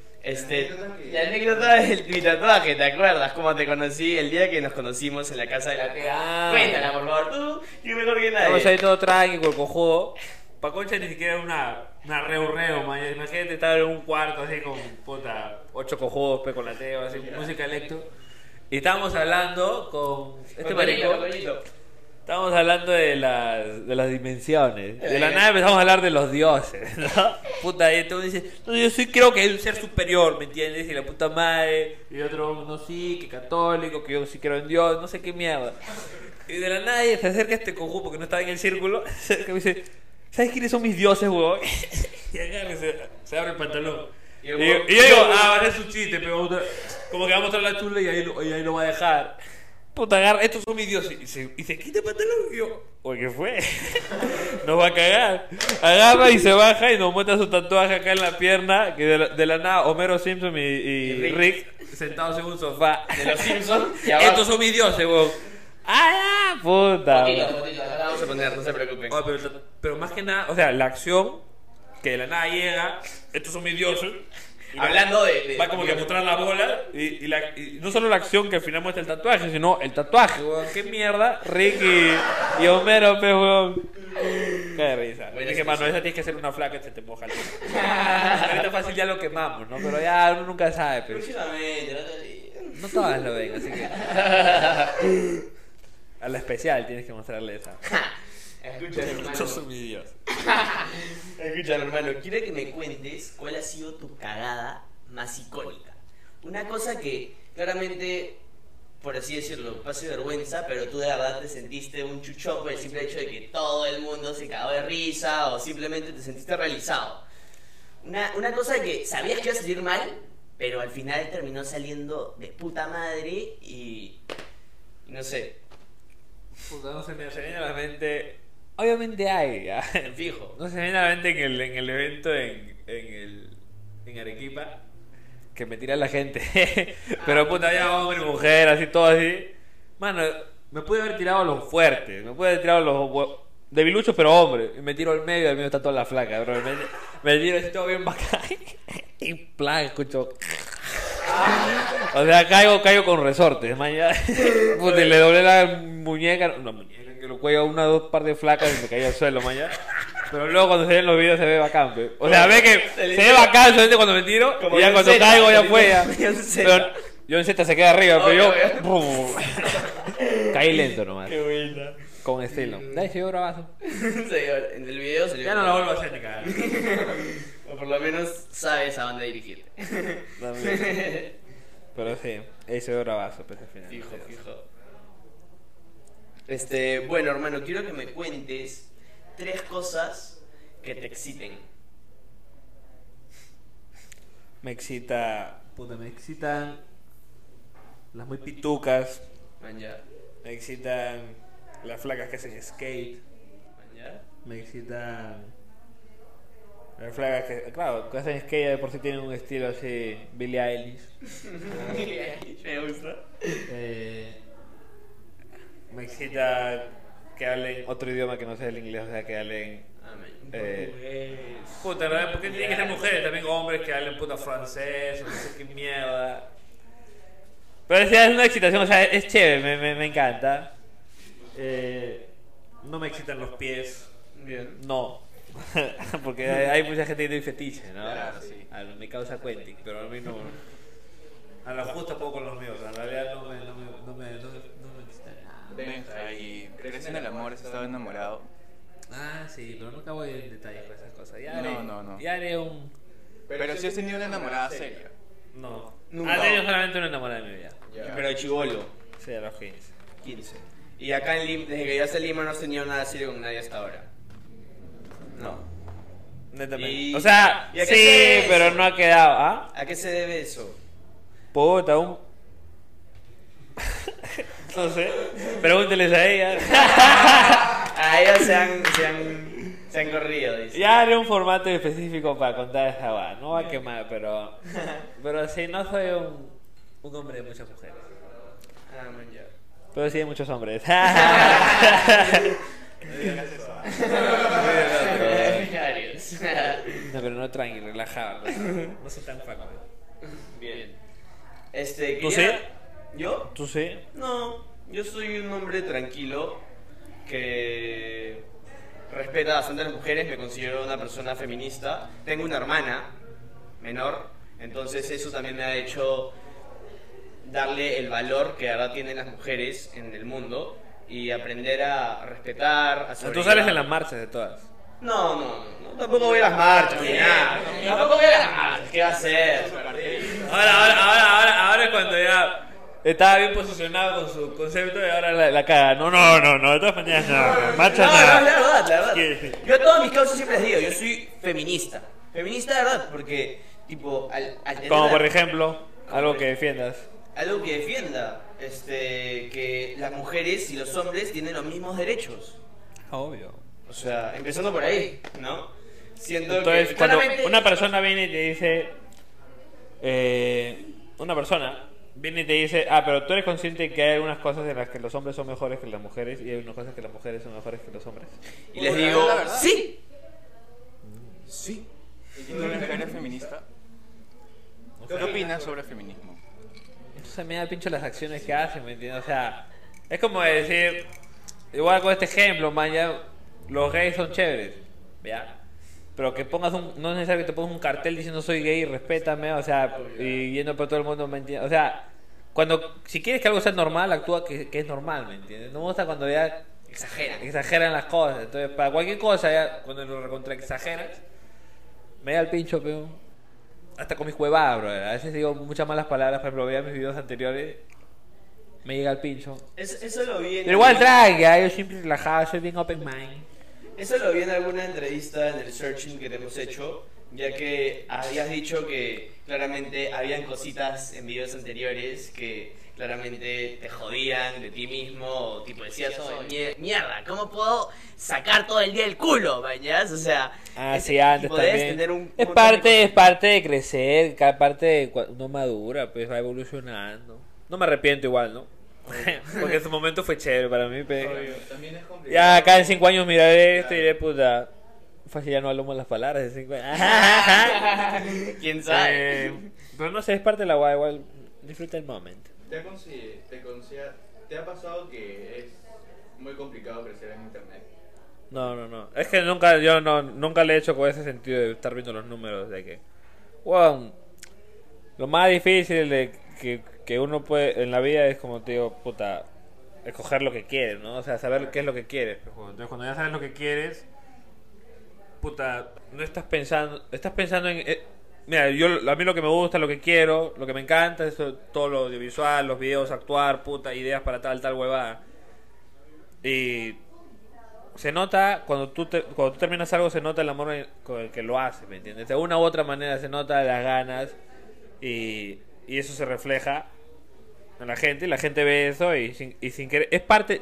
La anécdota de mi tatuaje, ¿te acuerdas? Cómo te conocí el día que nos conocimos en la casa de la tía. Ah. Cuéntala, por favor, tú, y mejor que nadie. Estamos ahí todo tranquilo, cojudo. Pa' Concha ni siquiera era una reo, man. Imagínate estar en un cuarto así con puta 8 cojudos, pe con la teo, así, música electro. Y estábamos hablando con este marico. Estábamos hablando de las dimensiones. De la nada empezamos a hablar de los dioses, ¿no? Puta, y tú dices, no, yo sí creo que hay un ser superior, ¿me entiendes? Y la puta madre, y otro, no, sí, que católico, que yo sí creo en Dios, no sé qué mierda. Y de la nada se acerca este conjunto porque no estaba en el círculo, se acerca y me dice, ¿sabes quiénes son mis dioses, huevón? Y agarra y se abre el pantalón. Y yo digo, va a ser su chiste, pero como que va a mostrar la chula y ahí lo va a dejar. Puta, agarra, estos son mis dioses. Y se quita el pantalón y yo, oye, ¿qué fue? Nos va a cagar. Agarra y se baja y nos muestra su tatuaje acá en la pierna. Que de la nada, Homero Simpson y Rick sentados en un sofá. De los Simpsons. Estos son mis dioses, weón. ¡Ah, puta! Fotito, acá la vamos a poner, no se preocupen. Oh, pero más que nada, o sea, la acción que de la nada llega, estos son mis dioses. Y Hablando de va como que a mostrar la bola y no solo la acción que al final muestra el tatuaje, sino el tatuaje, weón. ¿Qué mierda? Rick y Homero, pe, weón. Qué risa. Bueno, Dije, sí, mano, sí. esa tienes que ser una flaca y se te moja el tema. Ahorita fácil ya lo quemamos, ¿no? Pero ya uno nunca sabe, pero Próximamente, no todas lo ven, así que a la especial tienes que mostrarle esa. Escucha, hermano. Estos son mis dioses. Escucha, hermano, quiero que me cuentes cuál ha sido tu cagada más icónica. Una cosa que claramente, por así decirlo, pase vergüenza, pero tú de verdad te sentiste un chuchón por el simple hecho de que todo el mundo se cagó de risa o simplemente te sentiste realizado. Una cosa que sabías que iba a salir mal, pero al final terminó saliendo de puta madre y no sé, Puta, no se me viene a la mente. Obviamente hay, ¿ya? fijo. No se me viene a la mente en el evento en Arequipa que me tira la gente. Pero puta, había hombre y mujer, así todo así. Mano, me pude haber tirado a los fuertes, me pude haber tirado a los debiluchos, pero hombre. Y me tiro al medio está toda la flaca, bro. Me tiro así todo bien bacán. Y plan, escucho. O sea, caigo con resortes, man, ya. Puta, y le doblé la muñeca, que lo cuello a una o dos par de flacas y me caí al suelo, man, ya. Pero luego cuando se ven los videos se ve bacán, pe. O sea, ve que se ve bacán solamente cuando me tiro Como y ya John cuando Zeta, caigo ya como fue ya. John Zeta. Pero John Z se queda arriba, pero Obvio, yo caí lento nomás, Qué buena. con estilo. Dale, se dio bravazo. Señor, en el video se le Ya no lo vuelvo a hacer ni cagar. O por lo menos sabes a dónde dirigirte. Pero sí, ahí se dio bravazo, pues al final. Fijo, fijo. Bueno, hermano, quiero que me cuentes 3 cosas que te exciten. Me excitan las muy pitucas, Man, ya. me excitan las flacas que hacen skate, Man, ya. me excitan las flacas que, claro, que hacen skate de por sí tienen un estilo así, Billie Eilish. Me gusta. Me excita que hablen otro idioma que no sea el inglés, o sea, que hablen... puta, ¿verdad? Porque tienen que ser mujeres, también hombres que hablen puta francés, no sé qué mierda. Pero es una excitación, o sea, es chévere, me encanta. No me excitan los pies. Bien. No. Porque hay mucha gente que tiene fetiche, ¿no? Claro, sí. Me causa Quentin, pero a mí no. A lo justo poco con los míos, en realidad no me excita nada. Benja, ¿y crees en el amor? ¿Has estado enamorado? Ah, sí, pero nunca voy en detalles con esas cosas. No. Ya haré un... Pero si has tenido una enamorada seria. No. Nunca. Ha tenido solamente una enamorada de mi vida. Pero chibolo. Sí, a los 15. 15. Y acá en Lima, desde que llegaste a Lima no has tenido nada serio con nadie hasta ahora. No. Netamente. Y- O sea, ¿y a qué se sí, debe pero eso? no ha quedado. ¿Ah? ¿A qué se debe eso? Puta, un... No sé. Pregúnteles a ella. A ellos se han corrido, dice. Ya haré un formato específico para contar esa va. No va a quemar, pero sí, no soy un hombre de muchas mujeres. Ah, man, ya. Pero sí hay muchos hombres. Varios. No, pero no tranqui, relajado. No soy tan faco. Bien. ¿Tú quería- ¿Yo? ¿Tú sí? No, yo soy un hombre tranquilo que respeta bastante a las mujeres, me considero una persona feminista. Tengo una hermana menor, entonces eso también me ha hecho darle el valor que ahora tienen las mujeres en el mundo y aprender a respetar, a Tú sobrellevar. sales en las marchas de todas. No, tampoco voy a las marchas ni nada. Tampoco voy a las marchas, ¿qué va a hacer? Ahora es cuando ya estaba bien posicionado con su concepto y ahora la caga. No, de todas maneras no. Marcha No, nada. la verdad. ¿Qué? Yo a todos mis causas siempre les digo, yo soy feminista. Feminista de verdad, porque, tipo, al tener Como una- por ejemplo, algo que defiendas. algo que defienda, que las mujeres y los hombres tienen los mismos derechos. Obvio. O sea, empezando por ahí, ¿no? Siento Entonces, que cuando claramente- una persona viene y te dice, una persona viene y te dice, pero tú eres consciente que hay algunas cosas en las que los hombres son mejores que las mujeres y hay unas cosas que las mujeres son mejores que los hombres. Y les digo, ¿La verdad? sí. ¿Y tú eres feminista? ¿Qué opinas sobre feminismo? Entonces me da el pincho las acciones que hacen, ¿me entiendes? O sea, es como decir, igual con este ejemplo, man, ya, los gays son chéveres, ¿ya? Pero que pongas no es necesario que te pongas un cartel diciendo soy gay, respétame, o sea, y yendo por todo el mundo, ¿me entiendes? O sea, si quieres que algo sea normal, actúa que es normal, ¿me entiendes? No me gusta cuando ya exageran las cosas. Entonces, para cualquier cosa, ya, cuando lo recontra exageras, me da el pincho, pero hasta con mis huevadas, bro. A veces digo muchas malas palabras, por ejemplo, vean mis videos anteriores, me llega el pincho. Eso lo vi en Pero igual tranqui, yo siempre relajado, soy bien open mind. Eso lo vi en alguna entrevista en el searching que te hemos hecho, ya que habías dicho que claramente habían cositas en videos anteriores que claramente te jodían de ti mismo, o tipo decías, "Oh, mierda, ¿cómo puedo sacar todo el día el culo, bañas?" O sea, Sí, antes tipo, debes también. tener un Es montón de parte de crecer, cada parte de uno madura, pues va evolucionando. No me arrepiento igual, ¿no? Porque en su momento fue chévere para mí, pero... También es complicado. Ya acá en 5 años miraré esto y diré, puta, fácil ya no hablamos las palabras de 5 años. ¿Quién sabe? Pero no sé, es parte de la guay, igual disfruta el momento. ¿Te ha pasado que es muy complicado crecer en internet? No. Es que nunca le he hecho con ese sentido de estar viendo los números de que, wow, lo más difícil de que uno puede en la vida es, como te digo, puta, escoger lo que quieres, ¿no? O sea, saber qué es lo que quieres. Entonces, cuando ya sabes lo que quieres, puta, no estás pensando en... mira, a mí lo que me gusta, lo que quiero, lo que me encanta es todo lo audiovisual, los videos, actuar, puta, ideas para tal huevada. Y se nota, cuando tú terminas algo, se nota el amor con el que lo haces, ¿me entiendes? De una u otra manera se nota las ganas y eso se refleja en la gente, y la gente ve eso y sin querer, es parte,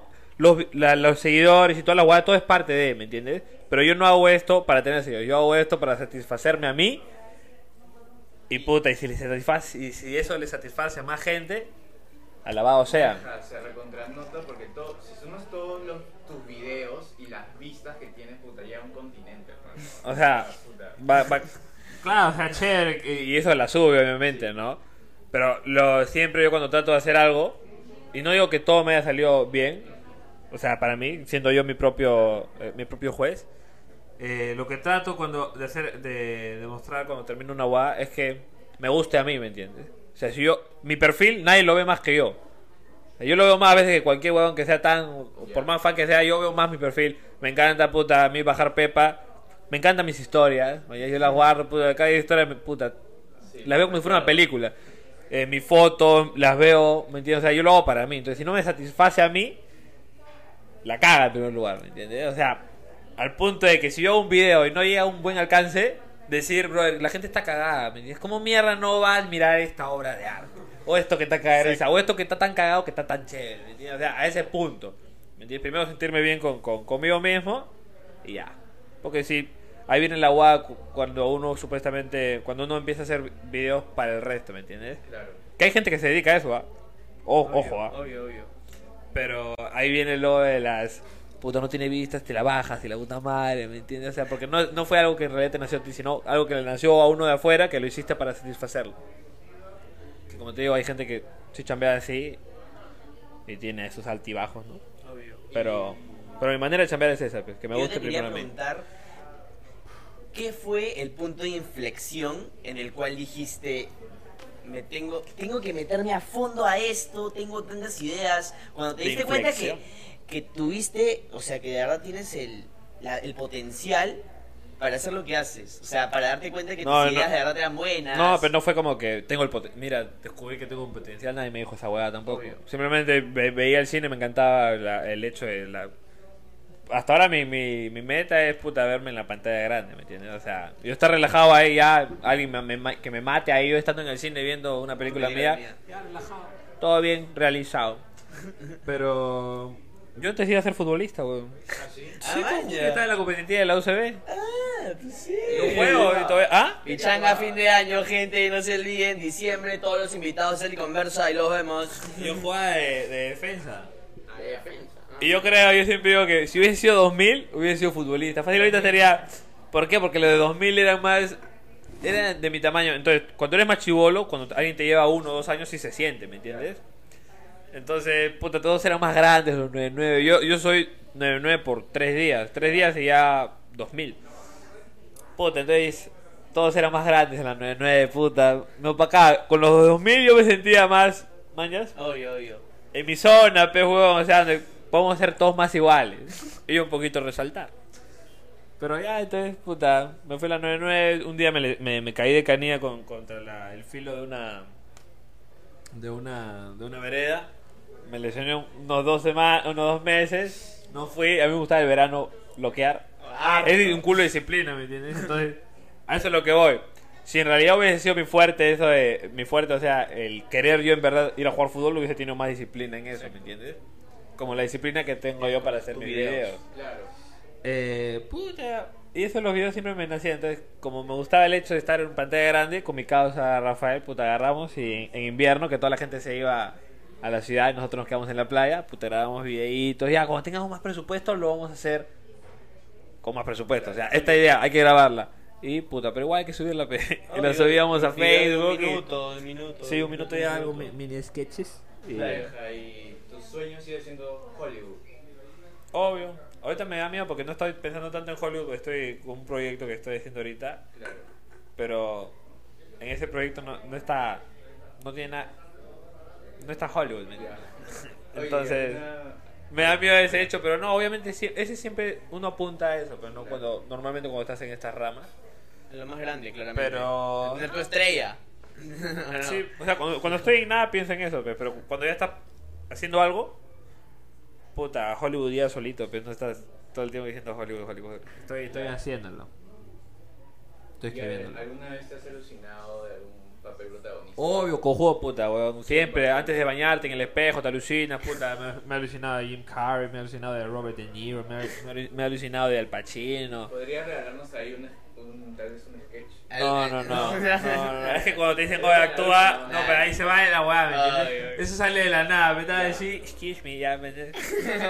los seguidores y toda la guada, todo es parte de, ¿me entiendes? Pero yo no hago esto para tener seguidores, yo hago esto para satisfacerme a mí y puta, y si eso le satisface a más gente, alabado sean. Ajá, se recontranota porque si sumas todos tus videos y las vistas que tienes, puta, ya un continente, ¿no? O sea, claro, o sea, chévere, y eso la sube obviamente, ¿no? Pero siempre yo cuando trato de hacer algo, y no digo que todo me haya salido bien, o sea, para mí, siendo yo mi propio juez, lo que trato de demostrar cuando termino una guada es que me guste a mí, ¿me entiendes? O sea, mi perfil nadie lo ve más que yo. Yo lo veo más a veces que cualquier huevón que sea por más fan que sea, yo veo más mi perfil. Me encanta, puta, a mí bajar pepa. Me encantan mis historias. Yo las guardo, puta, cada historia, puta, las veo como si fuera una película. Mis fotos, las veo, ¿me entiendes? O sea, yo lo hago para mí. Entonces, si no me satisface a mí, la caga en primer lugar, ¿me entiendes? O sea, al punto de que si yo hago un video y no llega a un buen alcance, decir, bro, la gente está cagada, ¿me entiendes? ¿Cómo mierda no va a admirar esta obra de arte? O esto que está cagada, o esto que está tan cagado que está tan chévere, ¿me entiendes? O sea, a ese punto, ¿me entiendes? Primero sentirme bien conmigo mismo y ya. Porque si ahí viene la guada cuando uno empieza a hacer videos para el resto, ¿me entiendes? Claro. Que hay gente que se dedica a eso, ¿ah? Ojo, ¿ah? Obvio. Pero ahí viene lo de las... Puta, no tiene vistas, te la bajas y la puta madre, ¿me entiendes? O sea, porque no fue algo que en realidad te nació a ti, sino algo que le nació a uno de afuera que lo hiciste para satisfacerlo. Que como te digo, hay gente que se chambea así y tiene esos altibajos, ¿no? Obvio. Pero mi manera de chambear es esa, pues, que me guste Yo te quería primero a mí. preguntar, ¿qué fue el punto de inflexión en el cual dijiste, tengo que meterme a fondo a esto, tengo tantas ideas? Cuando te ¿De diste cuenta inflexión? que tuviste, o sea, que de verdad tienes el potencial para hacer lo que haces. O sea, para darte cuenta que No, tus ideas no. de verdad eran buenas. No, pero no fue como que tengo el potencial. Mira, descubrí que tengo un potencial, nadie me dijo esa hueá tampoco. Obvio. Simplemente veía el cine, me encantaba el hecho de la... Hasta ahora mi meta es, puta, verme en la pantalla grande, ¿me entiendes? O sea, yo estar relajado ahí, ya alguien que me mate ahí, yo estando en el cine viendo una película mía, ya relajado, todo bien realizado. Pero yo antes iba a ser futbolista, weón. ¿Ah, sí? Sí, man, yo ya. estaba en la competitiva de la UCB. Ah, tú sí. Yo juego y todavía... ¿Ah? Pichanga fin de año, gente, no se olviden, diciembre, todos los invitados a y conversa y los vemos. Yo jugaba de defensa. Ah, de defensa. Y yo siempre digo que si hubiese sido 2000, hubiese sido futbolista. Fácil ahorita sería... ¿Por qué? Porque los de 2000 eran de mi tamaño. Entonces, cuando eres más chivolo, cuando alguien te lleva 1 o 2 años, sí se siente, ¿me entiendes? Entonces, puta, todos eran más grandes los 99. Yo soy 99 por 3 días. 3 días y ya 2000. Puta, entonces todos eran más grandes en la 99, puta. No, para acá, con los 2000 yo me sentía más... ¿Mañas? Obvio. En mi zona, pe, huevón, o sea, donde podemos ser todos más iguales. Y un poquito resaltar. Pero ya, entonces, puta, me fui a la 99. Un día me caí de canilla contra el filo de una vereda. Me lesioné unos 2 meses. No fui, a mí me gustaba el verano bloquear. Es un culo de disciplina, ¿me entiendes? Entonces, a eso es lo que voy. Si en realidad hubiese sido mi fuerte, o sea, el querer yo en verdad ir a jugar fútbol, hubiese tenido más disciplina en eso, ¿me entiendes? Como la disciplina que tengo yo para hacer Tus mis videos. videos. Claro. Puta. Y eso los videos siempre me nacían. Entonces, como me gustaba el hecho de estar en pantalla grande, con mi causa Rafael, puta, agarramos y en invierno, que toda la gente se iba a la ciudad y nosotros nos quedamos en la playa, puta, grabamos videitos. Ya, cuando tengamos más presupuesto, lo vamos a hacer con más presupuesto. O sea, esta idea hay que grabarla. Y puta, pero igual hay que subirla. Y la subíamos a Facebook. Un minuto. Sí, un minuto y algo, mini sketches. Y... Y tu sueño sigue siendo Hollywood. Obvio. Ahorita me da miedo porque no estoy pensando tanto en Hollywood, estoy con un proyecto que estoy haciendo ahorita. Claro. Pero en ese proyecto no está, no tiene nada, no está Hollywood, ¿me entiendes? Entonces me da miedo ese hecho, pero no, obviamente ese siempre uno apunta a eso, pero no normalmente cuando estás en estas ramas. Lo más grande, claramente. Pero Tener tu estrella. sí, o sea, cuando estoy en nada pienso en eso, pero cuando ya estás haciendo algo, puta, Hollywood ya solito, pero no estás todo el tiempo diciendo Hollywood. Estoy haciéndolo. Estoy escribiéndolo. ¿Alguna vez te has alucinado de algún papel protagonista? Obvio, cojudo, puta, weón. Siempre, antes de bañarte en el espejo, te alucinas, puta. Me he alucinado de Jim Carrey, me he alucinado de Robert De Niro, me he alucinado de Al Pacino. ¿Podrías regalarnos ahí tal vez un sketch No. Es que cuando te dicen, oye, actúa, no, pero ahí se va de la weá, ¿me entiendes? Ay. Eso sale de la nada, me estaba a decir, excuse me, ya, ¿me entiendes?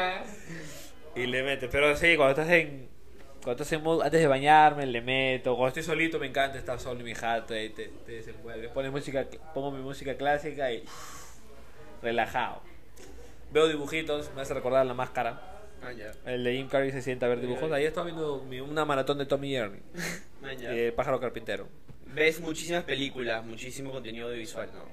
Y le metes, pero sí, cuando estás en mood, antes de bañarme, le meto. Cuando estoy solito, me encanta estar solo en mi jato y te desenvuelves. Pongo mi música clásica y relajado. Veo dibujitos, me hace recordar La Máscara. El de Jim Carrey se sienta a ver dibujos. Ahí estaba viendo una maratón de Tommy Jerry. El pájaro carpintero. Ves muchísimas películas, muchísimo contenido audiovisual, ¿no?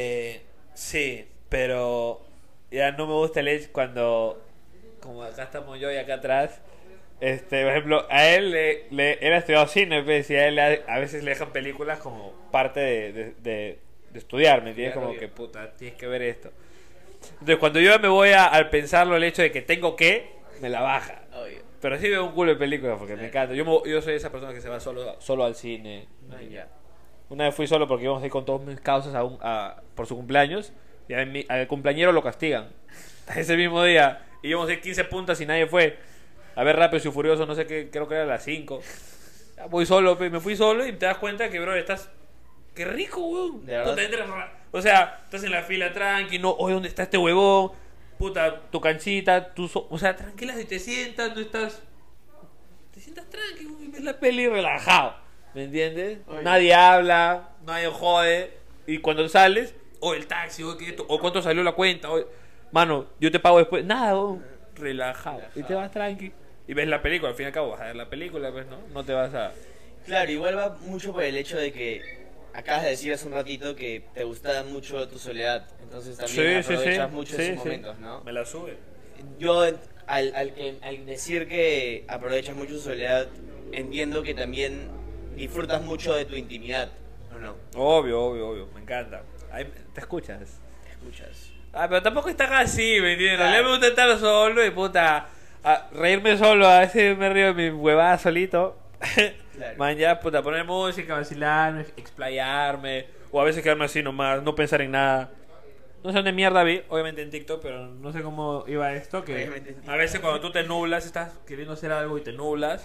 Sí, pero ya no me gusta el hecho cuando, como acá estamos yo y acá atrás, por ejemplo, a él él ha estudiado cine, pues, y a él a veces le dejan películas como parte de estudiar, ¿me entiendes? Como que, puta, tienes que ver esto. Entonces, cuando yo me voy al pensarlo, el hecho de que tengo que, me la baja. Obvio. Pero sí veo un culo de películas porque me encanta. Yo soy esa persona que se va solo al cine. Una vez fui solo porque íbamos a ir con todos mis causas por su cumpleaños. Y al cumpleañero lo castigan. Ese mismo día. Íbamos a ir 15 puntas y nadie fue. A ver, Rápidos y Furiosos, no sé qué, creo que era a las 5. Ya voy solo, me fui solo y te das cuenta que, bro, estás... ¡Qué rico, weón! ¿De verdad? Puta, o sea, estás en la fila tranqui, no, oye, ¿dónde está este huevón? Puta, tu canchita, o sea, tranquila, si te sientas, no estás... Te sientas tranqui, y ves la peli relajado, ¿me entiendes? Oye. Nadie habla, nadie jode, y cuando sales, o el taxi, o esto, o cuánto salió la cuenta, o... Mano, yo te pago después, nada, weón, relajado, y te vas tranqui, y ves la película, al fin y al cabo vas a ver la película, pues, ¿no? No te vas a... Claro, igual va mucho por el hecho de que acabas de decir hace un ratito que te gusta mucho tu soledad, entonces también aprovechas mucho esos momentos, ¿no? Me la sube. Yo, al decir que aprovechas mucho tu soledad, entiendo que también disfrutas mucho de tu intimidad, ¿o no? Obvio, me encanta. Ahí, te escuchas. Te escuchas. Pero tampoco estás así, ¿me entiendes? Claro. Le me gusta estar solo y puta, reírme solo, a veces me río de mi huevada solito. Claro. Man, ya, puta, poner música, vacilarme, explayarme, o a veces quedarme así nomás, no pensar en nada. No sé dónde mierda vi, obviamente en TikTok, pero no sé cómo iba esto, que Obviamente en TikTok. a veces cuando tú te nublas, estás queriendo hacer algo y te nublas,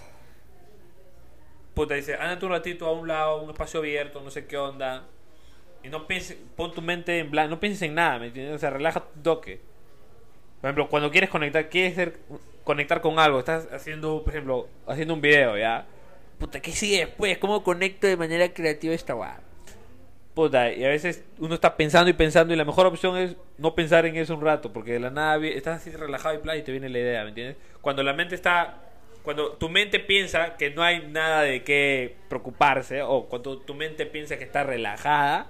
puta, dice, ándate un ratito a un lado, un espacio abierto, no sé qué onda, y no pienses, pon tu mente en blanco, no pienses en nada, ¿me entiendes? O sea, relaja tu toque. Por ejemplo, cuando quieres conectar con algo, estás haciendo, por ejemplo, haciendo un video, ¿ya? Puta, ¿qué sigue después? ¿Cómo conecto de manera creativa esta guay? Puta, y a veces uno está pensando y la mejor opción es no pensar en eso un rato, porque de la nada estás así relajado y play y te viene la idea, ¿me entiendes? Cuando tu mente piensa que no hay nada de qué preocuparse, o cuando tu mente piensa que está relajada,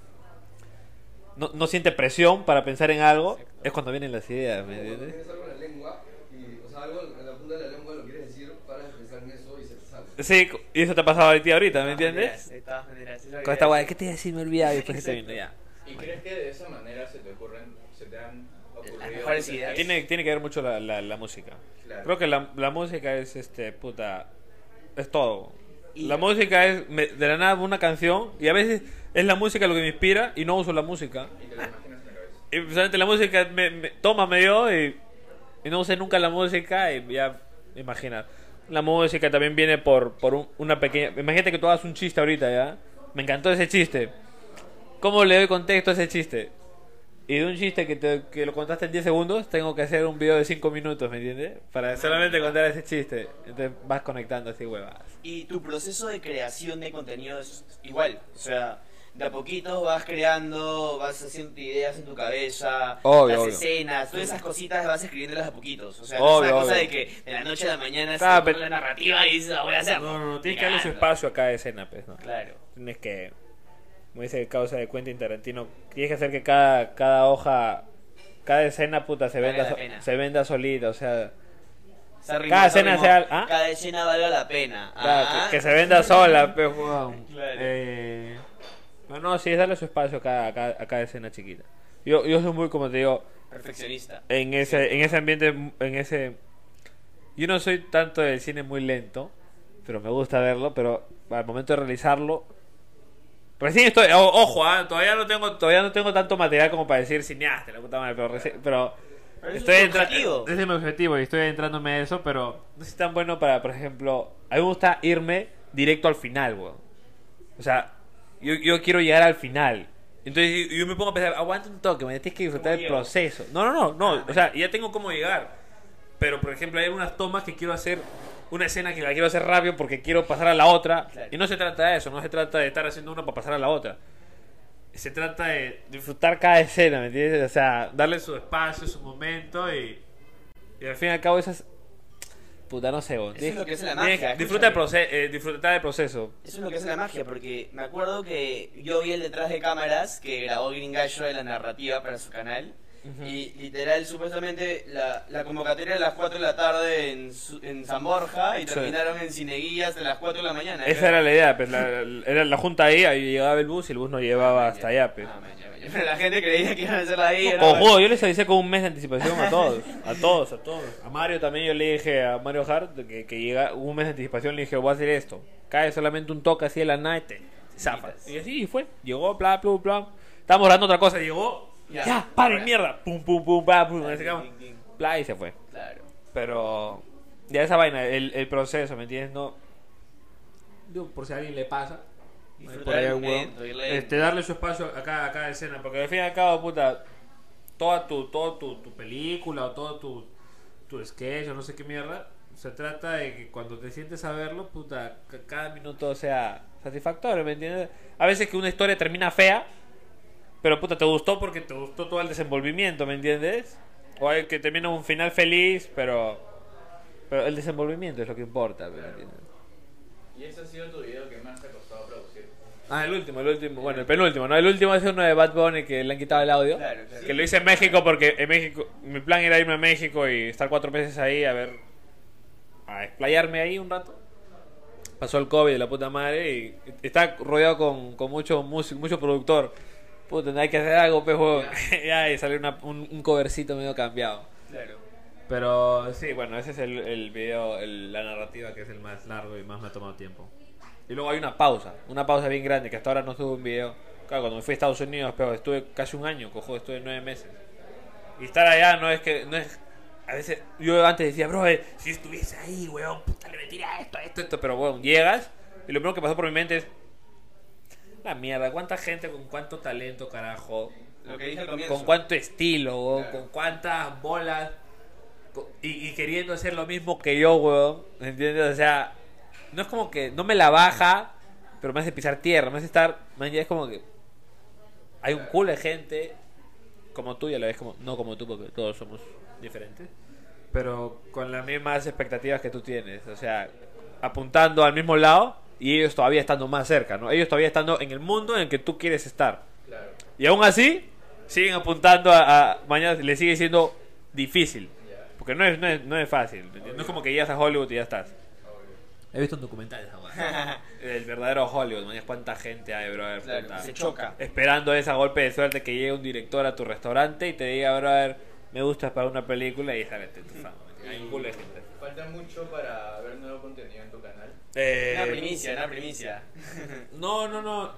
no siente presión para pensar en algo, es cuando vienen las ideas, ¿me Cuando entiendes? tienes algo en la lengua, y, o sea, algo en la punta de la lengua lo quieres decir, paras de pensar en eso y se te sale. Sí, y eso te ha pasado a ti ahorita, ¿me entiendes? De todas maneras, es lo que Con esta guay, ¿qué te iba a decir? Me olvidaba y después que te viendo ya. ¿Y crees que de esa manera se te han ocurrido Las mejores muchas ideas? Tiene que ver mucho la música. Claro. Creo que la música es, puta, es todo. Y- La música es, de la nada, una canción, y a veces es la música lo que me inspira, y no uso la música. Y te lo imaginas en la cabeza. Y precisamente la música me dio, y no usé nunca la música, y ya, imagina. La música también viene por una pequeña... Imagínate que tú hagas un chiste ahorita, ¿ya? Me encantó ese chiste. ¿Cómo le doy contexto a ese chiste? Y de un chiste que lo contaste en 10 segundos, tengo que hacer un video de 5 minutos, ¿me entiendes? Para solamente contar ese chiste. Entonces vas conectando así huevadas. Y tu proceso de creación de contenido es igual, o sea, de a poquito vas creando, vas haciendo ideas en tu cabeza, Obvio, las obvio. escenas, todas esas cositas vas escribiéndolas de a poquitos, o sea, Obvio, no es una cosa obvio. de que de la noche a la mañana Claro, se pone pero- la narrativa y dices, "Ah, voy a hacerlo". No, tienes que darle su espacio a cada escena, pues, ¿no? Claro. Tienes que, como dice causa de Quentin Tarantino, tienes que hacer que cada hoja, cada escena, puta, Vale la pena. se venda solita, o sea, Se arrimó, Cada se escena arrimó. sea- ¿ah? Cada escena valga la pena. claro, Ah. que se venda sola, pues, weón. Claro. No, sí, es darle su espacio a cada escena chiquita. Yo soy muy, como te digo, Perfeccionista. en ese ambiente, yo no soy tanto del cine muy lento, pero me gusta verlo, pero al momento de realizarlo, recién estoy, ojo, todavía no tengo tanto material como para decir cineasta, la puta madre, pero Pero ese estoy es tu entrando, objetivo. ese es mi objetivo y estoy entrándome a eso, pero no soy tan bueno para, por ejemplo, a mí me gusta irme directo al final, weón. O sea, yo quiero llegar al final. Entonces yo me pongo a pensar, aguanta un toque, me tienes que disfrutar del proceso. No. O sea, ya tengo cómo llegar. Pero, por ejemplo, hay unas tomas que quiero hacer, una escena que la quiero hacer rápido porque quiero pasar a la otra. Claro. Y no se trata de eso, no se trata de estar haciendo una para pasar a la otra. Se trata de disfrutar cada escena, ¿me entiendes? O sea, darle su espacio, su momento y al fin y al cabo esas... Puta, no sé, vos. Eso es lo que hace la magia, Disfrutar escúchame. disfrutar del proceso. Eso es lo que hace la magia, porque me acuerdo que yo vi el detrás de cámaras que grabó Gringallo de la narrativa para su canal. Y literal, supuestamente, la convocatoria era a las 4 de la tarde en San Borja y Sí. terminaron en Cineguías a las 4 de la mañana. Esa era la idea, pues, era la junta ahí llegaba el bus y el bus nos llevaba hasta allá, pues. Pero la gente creía que iban a hacerla ahí. Ojo, yo les avisé con un mes de anticipación a todos. A Mario también yo le dije, a Mario Hart, que llega un mes de anticipación, le dije, voy a hacer esto. Cae solamente un toque así de la night, te zafas. Y así fue. Llegó, bla, plum, plum. Estábamos orando otra cosa, llegó, ya, paren, mierda. Pum, pum, pum, pa, pum. Ahí se acabó. Bla, y se fue. Claro. Pero, ya esa vaina, el proceso, ¿me entiendes? No. Digo, por si a alguien le pasa. Disfrutar el momento, ir leyendo. Darle su espacio a cada escena, porque al fin y al cabo, puta, toda tu película o todo tu sketch o no sé qué mierda, se trata de que cuando te sientes a verlo, puta, cada minuto sea satisfactorio, ¿me entiendes? A veces que una historia termina fea, pero puta, te gustó porque te gustó todo el desenvolvimiento, ¿me entiendes? O hay que termina un final feliz, pero el desenvolvimiento es lo que importa, ¿me entiendes? ¿Y ese ha sido tu video que más te ha costado producir? Ah, el último, bueno, el penúltimo, ¿no? El último es uno de Bad Bunny que le han quitado el audio. Claro, claro. Que lo hice en México porque en México, mi plan era irme a México y estar 4 meses ahí a a explayarme ahí un rato. Pasó el COVID de la puta madre y está rodeado con mucho músico, mucho productor. Puta, hay que hacer algo, pues, huevón. Ya, y salió un covercito medio cambiado. Claro. Pero sí, bueno, ese es el video, la narrativa que es el más largo y más me ha tomado tiempo. Y luego hay una pausa bien grande, que hasta ahora no subo un video. Claro, cuando me fui a Estados Unidos, pero estuve casi un año, estuve 9 meses. Y estar allá no es. A veces, yo antes decía, bro, si estuviese ahí, weón, puta, le metiría esto. Pero, weón, llegas, y lo primero que pasó por mi mente es, la mierda, cuánta gente con cuánto talento, carajo. Lo que dije al comienzo. Con cuánto estilo, weón, Claro. con cuántas bolas. Y queriendo hacer lo mismo que yo, weón, ¿entiendes? O sea, no es como que no me la baja, pero me hace pisar tierra, me hace estar, man, ya es como que hay un culo de gente como tú, ya la ves como, no como tú porque todos somos diferentes, pero con las mismas expectativas que tú tienes, o sea, apuntando al mismo lado y ellos todavía estando más cerca, ¿no? Ellos todavía estando en el mundo en el que tú quieres estar. Claro. Y aún así siguen apuntando a mañana, le sigue siendo difícil. Porque no es fácil. No es como que llegas a Hollywood y ya estás. He visto un documental de esa weá. El verdadero Hollywood, man. ¿Cuánta gente hay, brother? Claro, Puta. se choca. Esperando ese golpe de suerte que llegue un director a tu restaurante y te diga, brother, me gustas para una película y sale tu fama. Hay un culo de gente. Falta mucho para ver nuevo contenido en tu canal. Una primicia. No.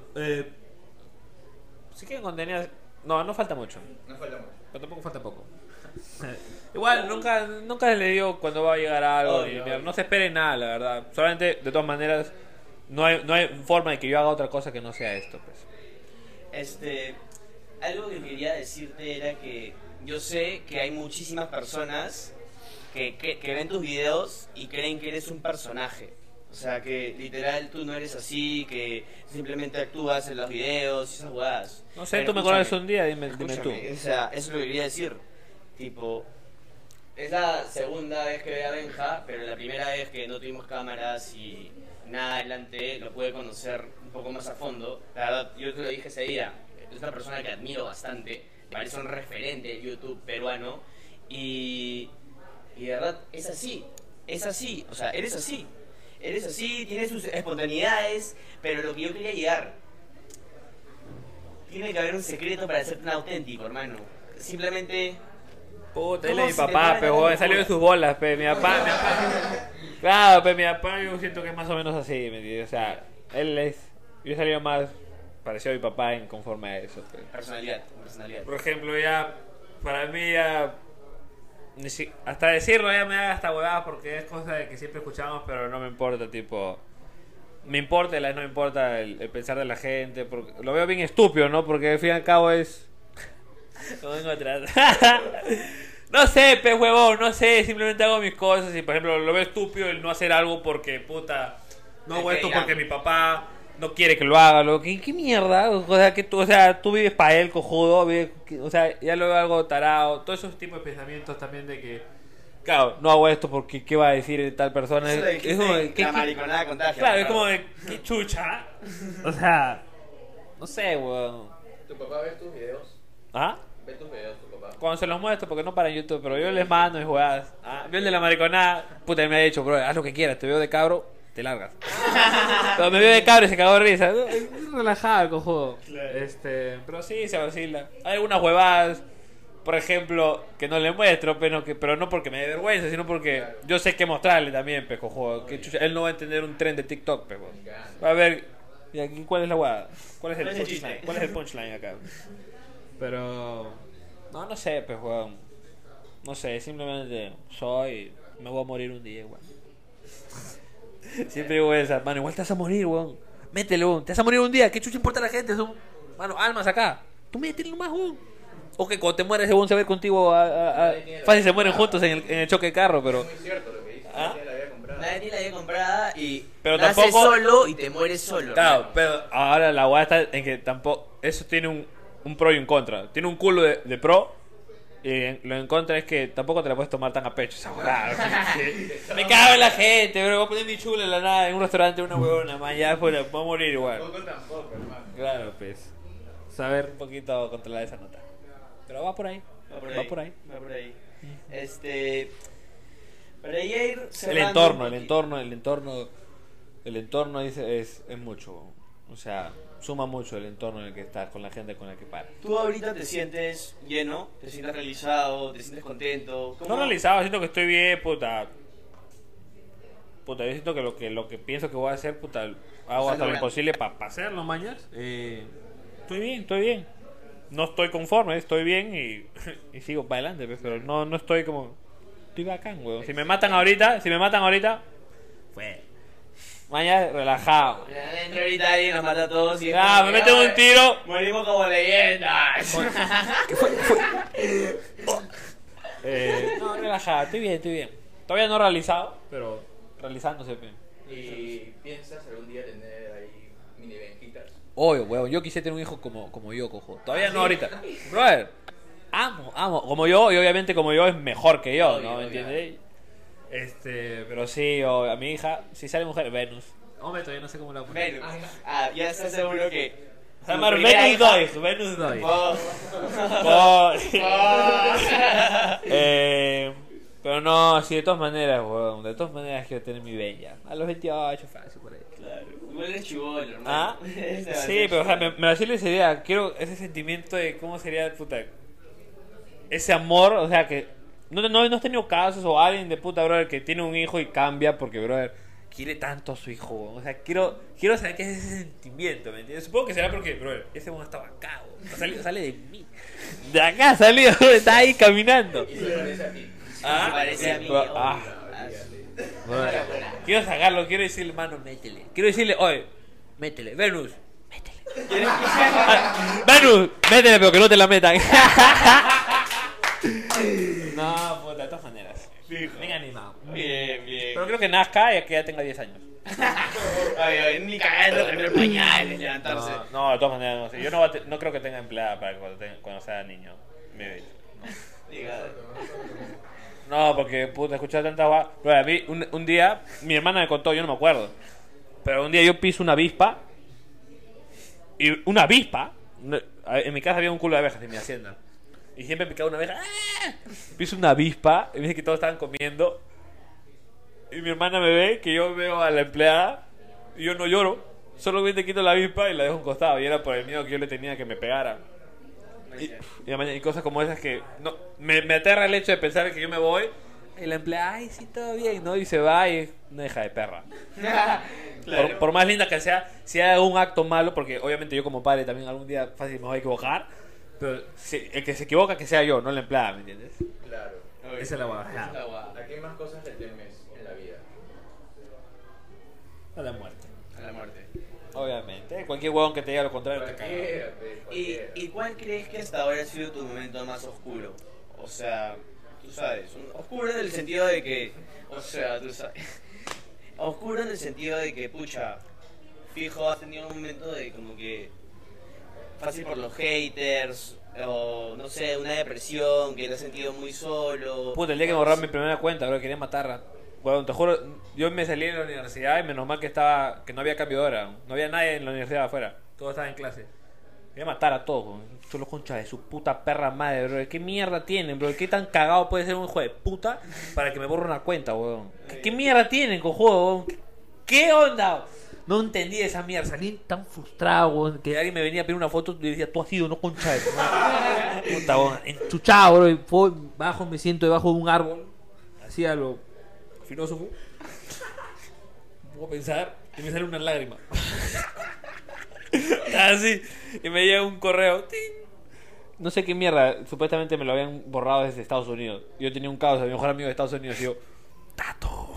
Si quieren contenido... No falta mucho. No falta mucho. Pero tampoco falta poco. Igual, nunca le digo cuando va a llegar algo. Obvio, ni obvio. mierda. No se espere nada, la verdad. Solamente, de todas maneras, no hay forma de que yo haga otra cosa que no sea esto, pues. Algo que quería decirte era que yo sé que hay muchísimas personas que ven tus videos y creen que eres un personaje. O sea, que literal tú no eres así, que simplemente actúas en los videos y esas jugadas. No sé, tú me conoces un día, dime tú. O sea, eso es lo que quería decir. Tipo, es la segunda vez que veo a Benja, pero la primera vez que no tuvimos cámaras y nada adelante, lo pude conocer un poco más a fondo. La verdad, yo te lo dije ese día, es una persona que admiro bastante, me parece un referente de YouTube peruano y de verdad es así, o sea, eres así, tienes sus espontaneidades, pero lo que yo quería llegar, tiene que haber un secreto para ser tan auténtico, hermano. Simplemente... Puta, él ¿Cómo es mi se te papá, pone pero la salió de locura? sus bolas, pe. Mi papá. Claro, pe, mi papá yo siento que es más o menos así, ¿me entiendes? O sea, él es. Yo he salido más parecido a mi papá en conforme a eso, pe. Personalidad. Por ejemplo, ya. Para mí, ya. Hasta decirlo ya me da hasta huevadas porque es cosa de que siempre escuchamos, pero no me importa, tipo. me importa no me importa el pensar de la gente, porque lo veo bien estúpido, ¿no? Porque al fin y al cabo es... Lo vengo atrás. No sé, pe huevón, no sé, simplemente hago mis cosas y por ejemplo lo veo estúpido el no hacer algo porque puta, no hago esto porque mi papá no quiere que lo haga, ¿qué mierda? O sea, tú vives para él, cojudo, o sea, ya lo veo algo tarado, todos esos tipos de pensamientos también de que, claro, no hago esto porque qué va a decir tal persona. Es como de, la mariconada contagia. Claro, es como de, qué chucha. O sea, no sé, weón. ¿Tu papá ve tus videos? ¿Ah? ¿Ve tus videos tu papá? Cuando se los muestro, porque no para en YouTube, pero yo les mando mis jugadas. Veo el de la mariconada, puta, él me ha dicho, bro, haz lo que quieras, te veo de cabro, te largas. Pero me veo de cabro y se cagó de risa. Es relajado el cojudo. Pero sí, se vacila. Hay algunas huevadas, por ejemplo, que no le muestro, pero no porque me dé vergüenza, sino porque yo sé que mostrarle también, pe, cojudo. Que chucha, él no va a entender un tren de TikTok, pe, va a ver, ¿y aquí cuál es la huevada? ¿Cuál es el punchline? ¿Cuál es el punchline acá? Pero... No sé, pues, weón. No sé, simplemente me voy a morir un día, weón. Siempre digo esa, mano, igual te vas a morir, weón. Métele, weón. Te vas a morir un día. ¿Qué chucha importa a la gente? Son, mano, almas acá. Tú métele nomás, weón. O que cuando te mueres, ese weón se va a ir contigo fácil se mueren juntos en el choque de carro, pero... Es muy cierto lo que dice. ¿Ah? Nadie la había comprado. Nadie tiene la vida comprada y Pero naces tampoco- solo y te mueres solo. Claro, hermano. pero ahora la weá está en que tampoco... Eso tiene un pro y un contra. Tiene un culo de pro... Y lo en contra es que tampoco te la puedes tomar tan a pecho esa huevada. Me cago en la gente, bro. Voy a poner mi chula en la nada en un restaurante, una huevona, man. Ya después voy a morir igual. Tampoco, hermano. Claro, pues. Saber un poquito controlar esa nota. Pero va por ahí. Va por ahí. Va por ahí. Para ir El cerrando entorno, un poquito. el entorno es mucho. O sea, suma mucho el entorno en el que estás, con la gente con la que paras. Tú ahorita te sientes lleno, te sientes realizado, te sientes contento. No realizado, siento que estoy bien, puta. Puta, yo siento que lo que pienso que voy a hacer, puta, hago hasta lo logrando. imposible para hacerlo, mañas. Estoy bien. No estoy conforme, estoy bien y sigo para adelante, pues, pero no estoy como... Estoy bacán, weón. Si me matan ahorita, fue... Mañana relajado. Dentro ahorita alguien nos mata a todos y... Me meten un tiro. Morimos como leyendas. No, relajado, estoy bien. Todavía no realizado, pero realizándose, pe. ¿Y piensas algún día tener ahí mini benjitas? Obvio, weón, yo quisiera tener un hijo como yo, cojo. Todavía no ahorita. Brother, amo. Como yo, y obviamente como yo es mejor que yo, Obvio, ¿no? ¿Me obvio. entiendes? Pero sí, a mi hija, si sale mujer, Venus. Hombre, todavía no sé cómo la voy a poner. Venus. Ya estás seguro que... Se llama tu primera Venus hija- Dois, Venus Dois. Oh. Oh. Oh. Pero no, sí, de todas maneras, weón. De todas maneras quiero tener mi bella. A los 28, fácil por ahí. Claro. Igual eres chibolo, hermano. ¿Ah? Sí, pero o sea, me vacila esa idea. Quiero ese sentimiento de cómo sería, puta, ese amor, o sea, que no has tenido casos o alguien de puta, brother, que tiene un hijo y cambia porque, brother, quiere tanto a su hijo, weón. O sea, quiero saber qué es ese sentimiento, ¿me entiendes? Supongo que será porque, brother, ese weón estaba acá, weón. Sale de mí. De acá salió, está ahí caminando. Y se parece a ti. Se parece a mí. Brother, quiero sacarlo, quiero decirle, mano, métele. Quiero decirle, oye, métele, Venus, métele. Venus, métele, pero que no te la metan. No, puta, de todas maneras. Bien animado. Bien. Pero creo que nazca y que ya tenga 10 años. Ay, ni cagando, cambiar pañales, levantarse. No, de todas maneras, no sé. Yo no creo que tenga empleada para cuando sea niño. Mi bebé. Diga. No, porque, puta, escuchar tantas guas. Bueno, a mí, un día, mi hermana me contó, yo no me acuerdo. Pero un día yo piso una avispa. Y una avispa. En mi casa había un culo de abejas en mi hacienda. Y siempre picaba una abeja. ¡Ah! Piso una avispa. Y me dice que todos estaban comiendo. Y mi hermana me ve que yo veo a la empleada. Y yo no lloro. Solamente quito la avispa y la dejo a un costado. Y era por el miedo que yo le tenía que me pegara. Y cosas como esas que no, me aterra el hecho de pensar que yo me voy y la empleada, ay, sí, todo bien, ¿no? Y se va y es una hija de perra. Claro. Por más linda que sea, si hay algún acto malo, porque obviamente yo como padre también algún día fácil me voy a equivocar, pero el que se equivoca que sea yo, no la empleada, ¿me entiendes? Claro. Esa es la guada. Esa es la guada. ¿A qué más cosas le temes en la vida? A la muerte. A la muerte. Obviamente. Cualquier huevón que te diga lo contrario te caga. Cualquiera, pe, cualquiera. ¿Y cuál crees que hasta ahora ha sido tu momento más oscuro? O sea, tú sabes, oscuro en el sentido de que, o sea, tú sabes, oscuro en el sentido de que, pucha, fijo, has tenido un momento de como que fácil por los haters, o no sé, una depresión, que te has sentido muy solo. Puta, el día que me borraron mi primera cuenta, bro, quería matarla. Bueno, te juro, yo me salí de la universidad y menos mal que no había cambio de hora. No había nadie en la universidad afuera. Todos estaban en clase. Quería matar a todos, bro. Solo concha de su puta perra madre, bro. ¿Qué mierda tienen, bro? ¿Qué tan cagado puede ser un hijo de puta para que me borre una cuenta, weón? ¿Qué mierda tienen, cojudo, weón? ¿Qué onda? No entendí esa mierda. Salí tan frustrado, weón, que alguien me venía a pedir una foto y decía, tú has sido, no concha de tu madre. Puta, weón. Enchuchado, bro. Y bajo, me siento debajo de un árbol. Así a lo filósofo. Puedo pensar y me sale una lágrima. Así. Y me llega un correo. ¡Ting! No sé qué mierda. Supuestamente me lo habían borrado desde Estados Unidos. Yo tenía un caos, a mi mejor amigo de Estados Unidos. Y yo, Tato.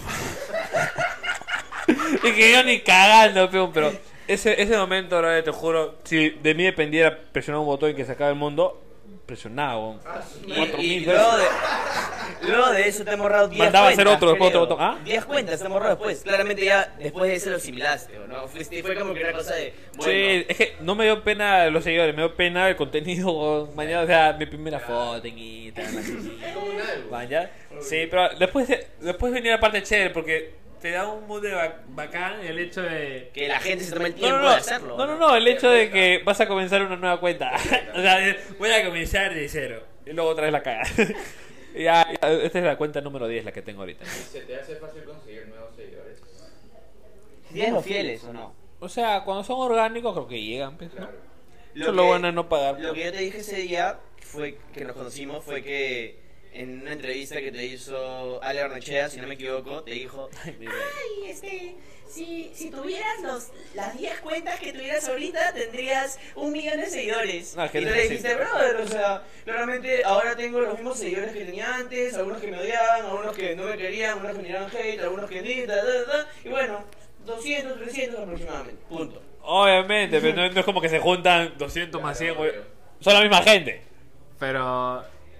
Y que yo ni cagando, peón. Pero ese momento, bro, te juro, si de mí dependiera presionar un botón y que se acabe el mundo, presionaba, weón. Y luego de eso te he borrado 10 Mandaba a hacer cuentas, otro, después creo. otro botón. ¿Ah? 10 cuentas te he borrado después. Claramente ya después de eso lo asimilaste, ¿o no? Fue como que una cosa de, bueno, Sí, es que no me dio pena los seguidores, me dio pena el contenido, weón. Mañana, o sea, mi primera foto en Instagram. Es como un álbum. Vaya. Sí, pero después venía la parte chévere porque te da un mood de bacán el hecho de... que la gente se tome el tiempo de hacerlo. No, el hecho de que vas a comenzar una nueva cuenta. O sea, voy a comenzar de cero. Y luego otra vez la caga. Ya, esta es la cuenta número 10 la que tengo ahorita. ¿Se te hace fácil conseguir nuevos seguidores? ¿Tienes los fieles o no? O sea, cuando son orgánicos creo que llegan, pues, ¿no? Claro. Eso es lo bueno de no pagar. Lo que yo te dije ese día fue que nos conocimos fue que en una entrevista que te hizo Ale Arnechea, si no me equivoco, te dijo, ay, si tuvieras las 10 cuentas que tuvieras ahorita, tendrías 1 millón de seguidores. No, Y que tú no le es dijiste, así. brother, o sea, claramente ahora tengo los mismos seguidores que tenía antes, algunos que me odiaban, algunos que no me querían, algunos que me tiraban hate, algunos que ni, y bueno, 200, 300 aproximadamente, punto. Obviamente, pero no es como que se juntan 200 más 100, güey. Son la misma gente. Pero...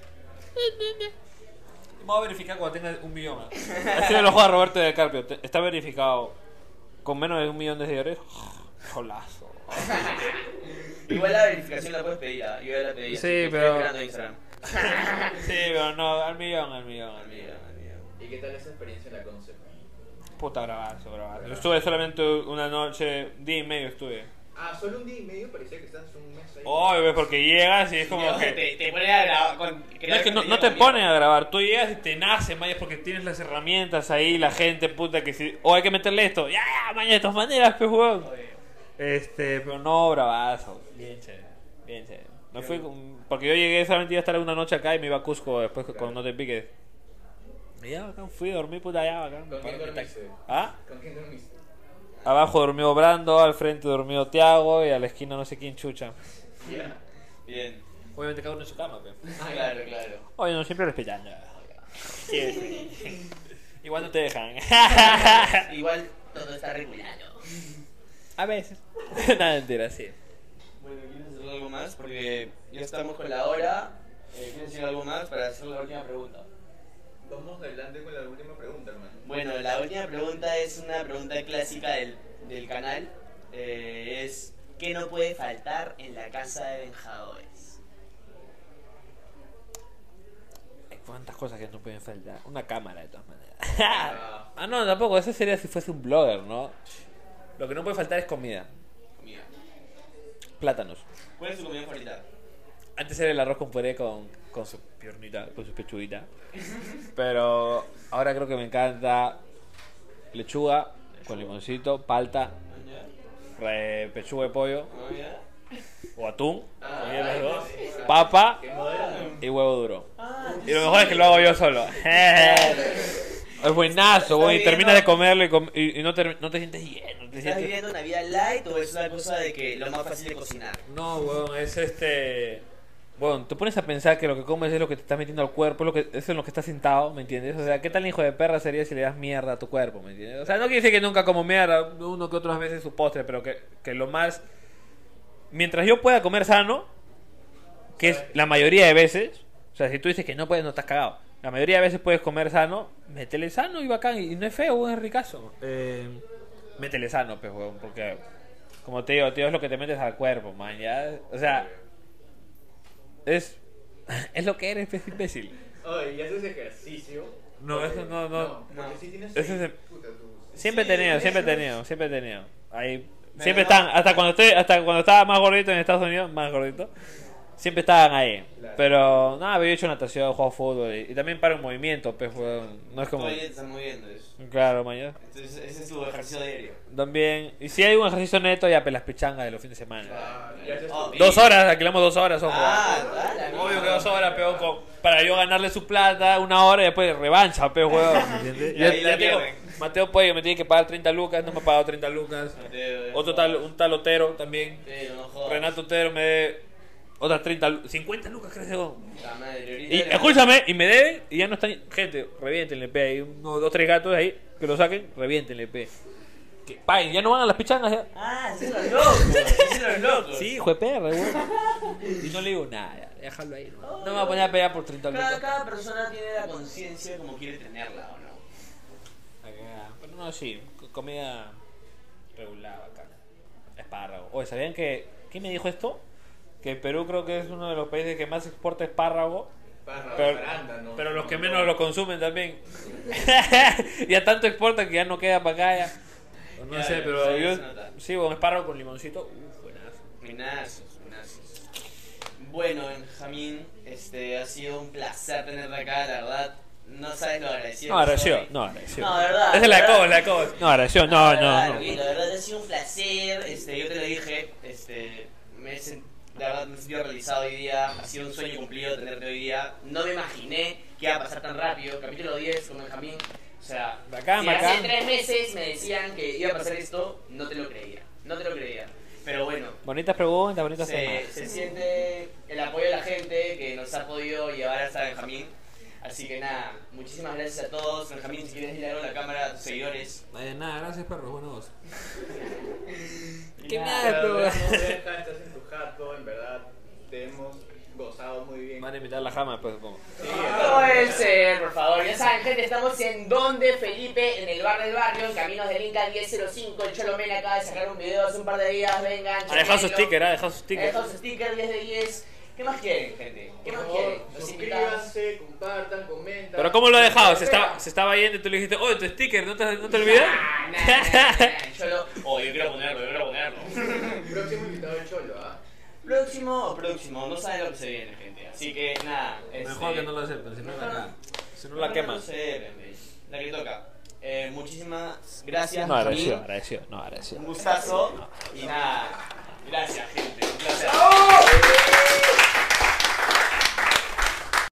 Vamos a verificar cuando tenga 1 millón. Así me lo juega Roberto de Carpio. Está verificado. Con menos de 1 millón de seguidores. Jolazo. Igual la verificación la puedes pedir, yo ya la pedí. Sí, así que pero- estoy esperando Instagram. Sí, pero no, al millón. ¿Y qué tal esa experiencia en la concept? Puta, bravazo. Estuve solamente una noche, día y medio estuve. Ah, solo un día y medio, parecía que estás un mes ahí. Obvio, porque llegas y es como que... Te ponen a grabar No, es que no te ponen a grabar, tú llegas y te nace, mañas, porque tienes las herramientas ahí, la gente, puta, que si... O hay que meterle esto, ya, mañana, de todas maneras, pues, weón. Pero no, bravazo. Bien chévere. Me fui porque yo llegué solamente iba a estar una noche acá y me iba a Cusco después con No Te Piques. Y ya, bacán, fui a dormir, puta, ya, bacán. ¿Con quién dormiste? ¿Ah? ¿Con quién dormiste? Abajo durmió Brando, al frente durmió Tiago y a la esquina no sé quién chucha. Ya. Bien. Obviamente cada uno en su cama, pero... Claro. Oye, no, siempre respetando. Igual no te dejan. Igual todo está regulado. A veces. Nada, mentira, sí. Bueno, ¿quieres hacer algo más? Porque ya estamos con la hora. ¿Quieres decir algo más para hacer la última pregunta? Vamos adelante con la última pregunta, hermano. Bueno, la última pregunta es una pregunta clásica del canal. Es, ¿qué no puede faltar en la casa de Benjadores? Hay cuántas cosas que no pueden faltar. Una cámara, de todas maneras. Ah, no, tampoco. Eso sería si fuese un blogger, ¿no? Lo que no puede faltar es comida. Comida. Plátanos. ¿Cuál es tu comida favorita? Antes era el arroz con puré con su piernita, con su pechuguita. Pero ahora creo que me encanta lechuga con limoncito, palta, pechuga de pollo o atún, cualquiera de los dos, papa y huevo duro. Y lo mejor es que lo hago yo solo. Es buenazo, güey. Terminas de comerlo y no te sientes lleno. Te ¿Estás sientes... viviendo una vida light o es una cosa de que lo más fácil de cocinar? No, weón, es Bueno, tú pones a pensar que lo que comes es lo que te estás metiendo al cuerpo, eso es lo que estás sentado, ¿me entiendes? O sea, ¿qué tal hijo de perra sería si le das mierda a tu cuerpo, ¿me entiendes? O sea, no quiere decir que nunca como mierda, uno que otras veces su postre, pero que lo más... Mientras yo pueda comer sano, que es la mayoría de veces, o sea, si tú dices que no puedes, no estás cagado. La mayoría de veces puedes comer sano, métele sano y bacán, y no es feo, es ricazo. Métele sano, pues, weón, porque, como te digo, tío, es lo que te metes al cuerpo, man, ya, o sea... Es lo que eres, pues, imbécil. Oye, ¿y haces ejercicio? No, eso no. Porque si tienes Eso es- Puta, tú. Siempre he Sí, tenido, eso siempre he es. tenido, siempre he tenido. Ahí, Pero siempre no- están, hasta cuando estaba más gordito en Estados Unidos, más gordito, siempre estaban ahí. Claro. Pero nada, yo he hecho natación, juego fútbol y también para un movimiento, pues, weón. No es como. Todavía te estás moviendo eso. Claro, mañana. Entonces, ese es tu ejercicio diario. También. Y si hay un ejercicio neto, ya pues las pichangas de los fines de semana. Ah, ya haces Oh, tu- 2 horas, alquilamos 2 horas, ojo. Ah, Obvio que 2 horas, peón, para yo ganarle su plata, 1 hora y después revancha, peón, weón. ¿Entiendes? Y ahí la Ya tengo- pierden. Mateo Puello me tiene que pagar 30 lucas, no me ha pagado 30 lucas. Un tal Otero también. Pero no jodas. Renato Otero me debe otras 50 lucas, creo. La madre, ahorita Y le- escúchame, y me deben y ya no están. Gente, reviéntenle, pe. Hay unos 2, 3 gatos ahí que lo saquen, reviéntenle, pe. Que paguen, ya no van a las pichangas ya. Ah, sí, los locos. Sí, los locos. Sí, hijo de perra, weón. Y no le digo nada, déjalo ahí. No, no me voy a poner a pegar por 30 lucas. Cada persona tiene la conciencia como quiere tenerla, ¿o no? Pero no, sí, comida regular acá. Espárrago. Oye, ¿sabían que... ¿Quién me dijo esto? Que Perú creo que es uno de los países que más exporta espárrago. Pero, pero los que menos lo consumen también. Ya tanto exportan que ya no queda para acá ya. No Ya, sé, ya, pero sí, yo... se nota. Sí, un espárrago con limoncito. Buenazo. Buenazos, buenazos. Bueno, Benjamín, ha sido un placer tenerte acá, la verdad. No sabes lo agradecido. No, que agradeció, soy. no, agradeció. No, de verdad. Esa es la de de Cobos, verdad. la de Cobos. No, agradeció, no, De verdad, no. Loquito, de verdad ha sido un placer. Yo te lo dije, la verdad me he sentido realizado hoy día. Ha sido un sueño cumplido tenerte hoy día. No me imaginé que iba a pasar tan rápido. Capítulo 10 con Benjamín. O sea, Bacán, si bacán. hace 3 meses me decían que iba a pasar esto, no te lo creía. No te lo creía. Pero bueno, Bonitas preguntas, bonitas temas. se siente el apoyo de la gente que nos ha podido llevar hasta Benjamín. Así que nada, muchísimas gracias a todos. Benjamín, si quieres darle algo a la cámara a tus seguidores. Nada, gracias perro, buena voz. Y ¿Qué nada, mierda, Pero weón? no deja, estás en tu jato, en verdad. Te hemos gozado muy bien. Van a invitar a la jama después, supongo. Sí, No puede ser, por favor. Ya saben, gente, estamos en Donde Felipe, en el bar del barrio, en Caminos del Inca 1005. El Cholo Mena acaba de sacar un video hace un par de días. Vengan, Ha dejado su chequenlo. sticker, ha dejado su Ha sticker. dejado su sticker 10 de 10. ¿Qué más quieren, gente? ¿Qué más Por quieren? favor, Los invitados. suscríbanse, compartan, comentan. Pero ¿cómo lo ha dejado? Se Espera. estaba yendo y tú le dijiste, oye, tu sticker, ¿no te olvidas? Cholo. Oh, yo quiero ponerlo, Próximo invitado el Cholo, ¿ah? Próximo, no saben lo que se viene, gente. Así que nada, Mejor que no lo acepten, si no mejor- la Si no mejor la que queman. no se ven, ¿ves? La que toca. Muchísimas gracias. No, Benjamín. agradeció. Un gustazo. Y nada, gracias, gente. Un placer.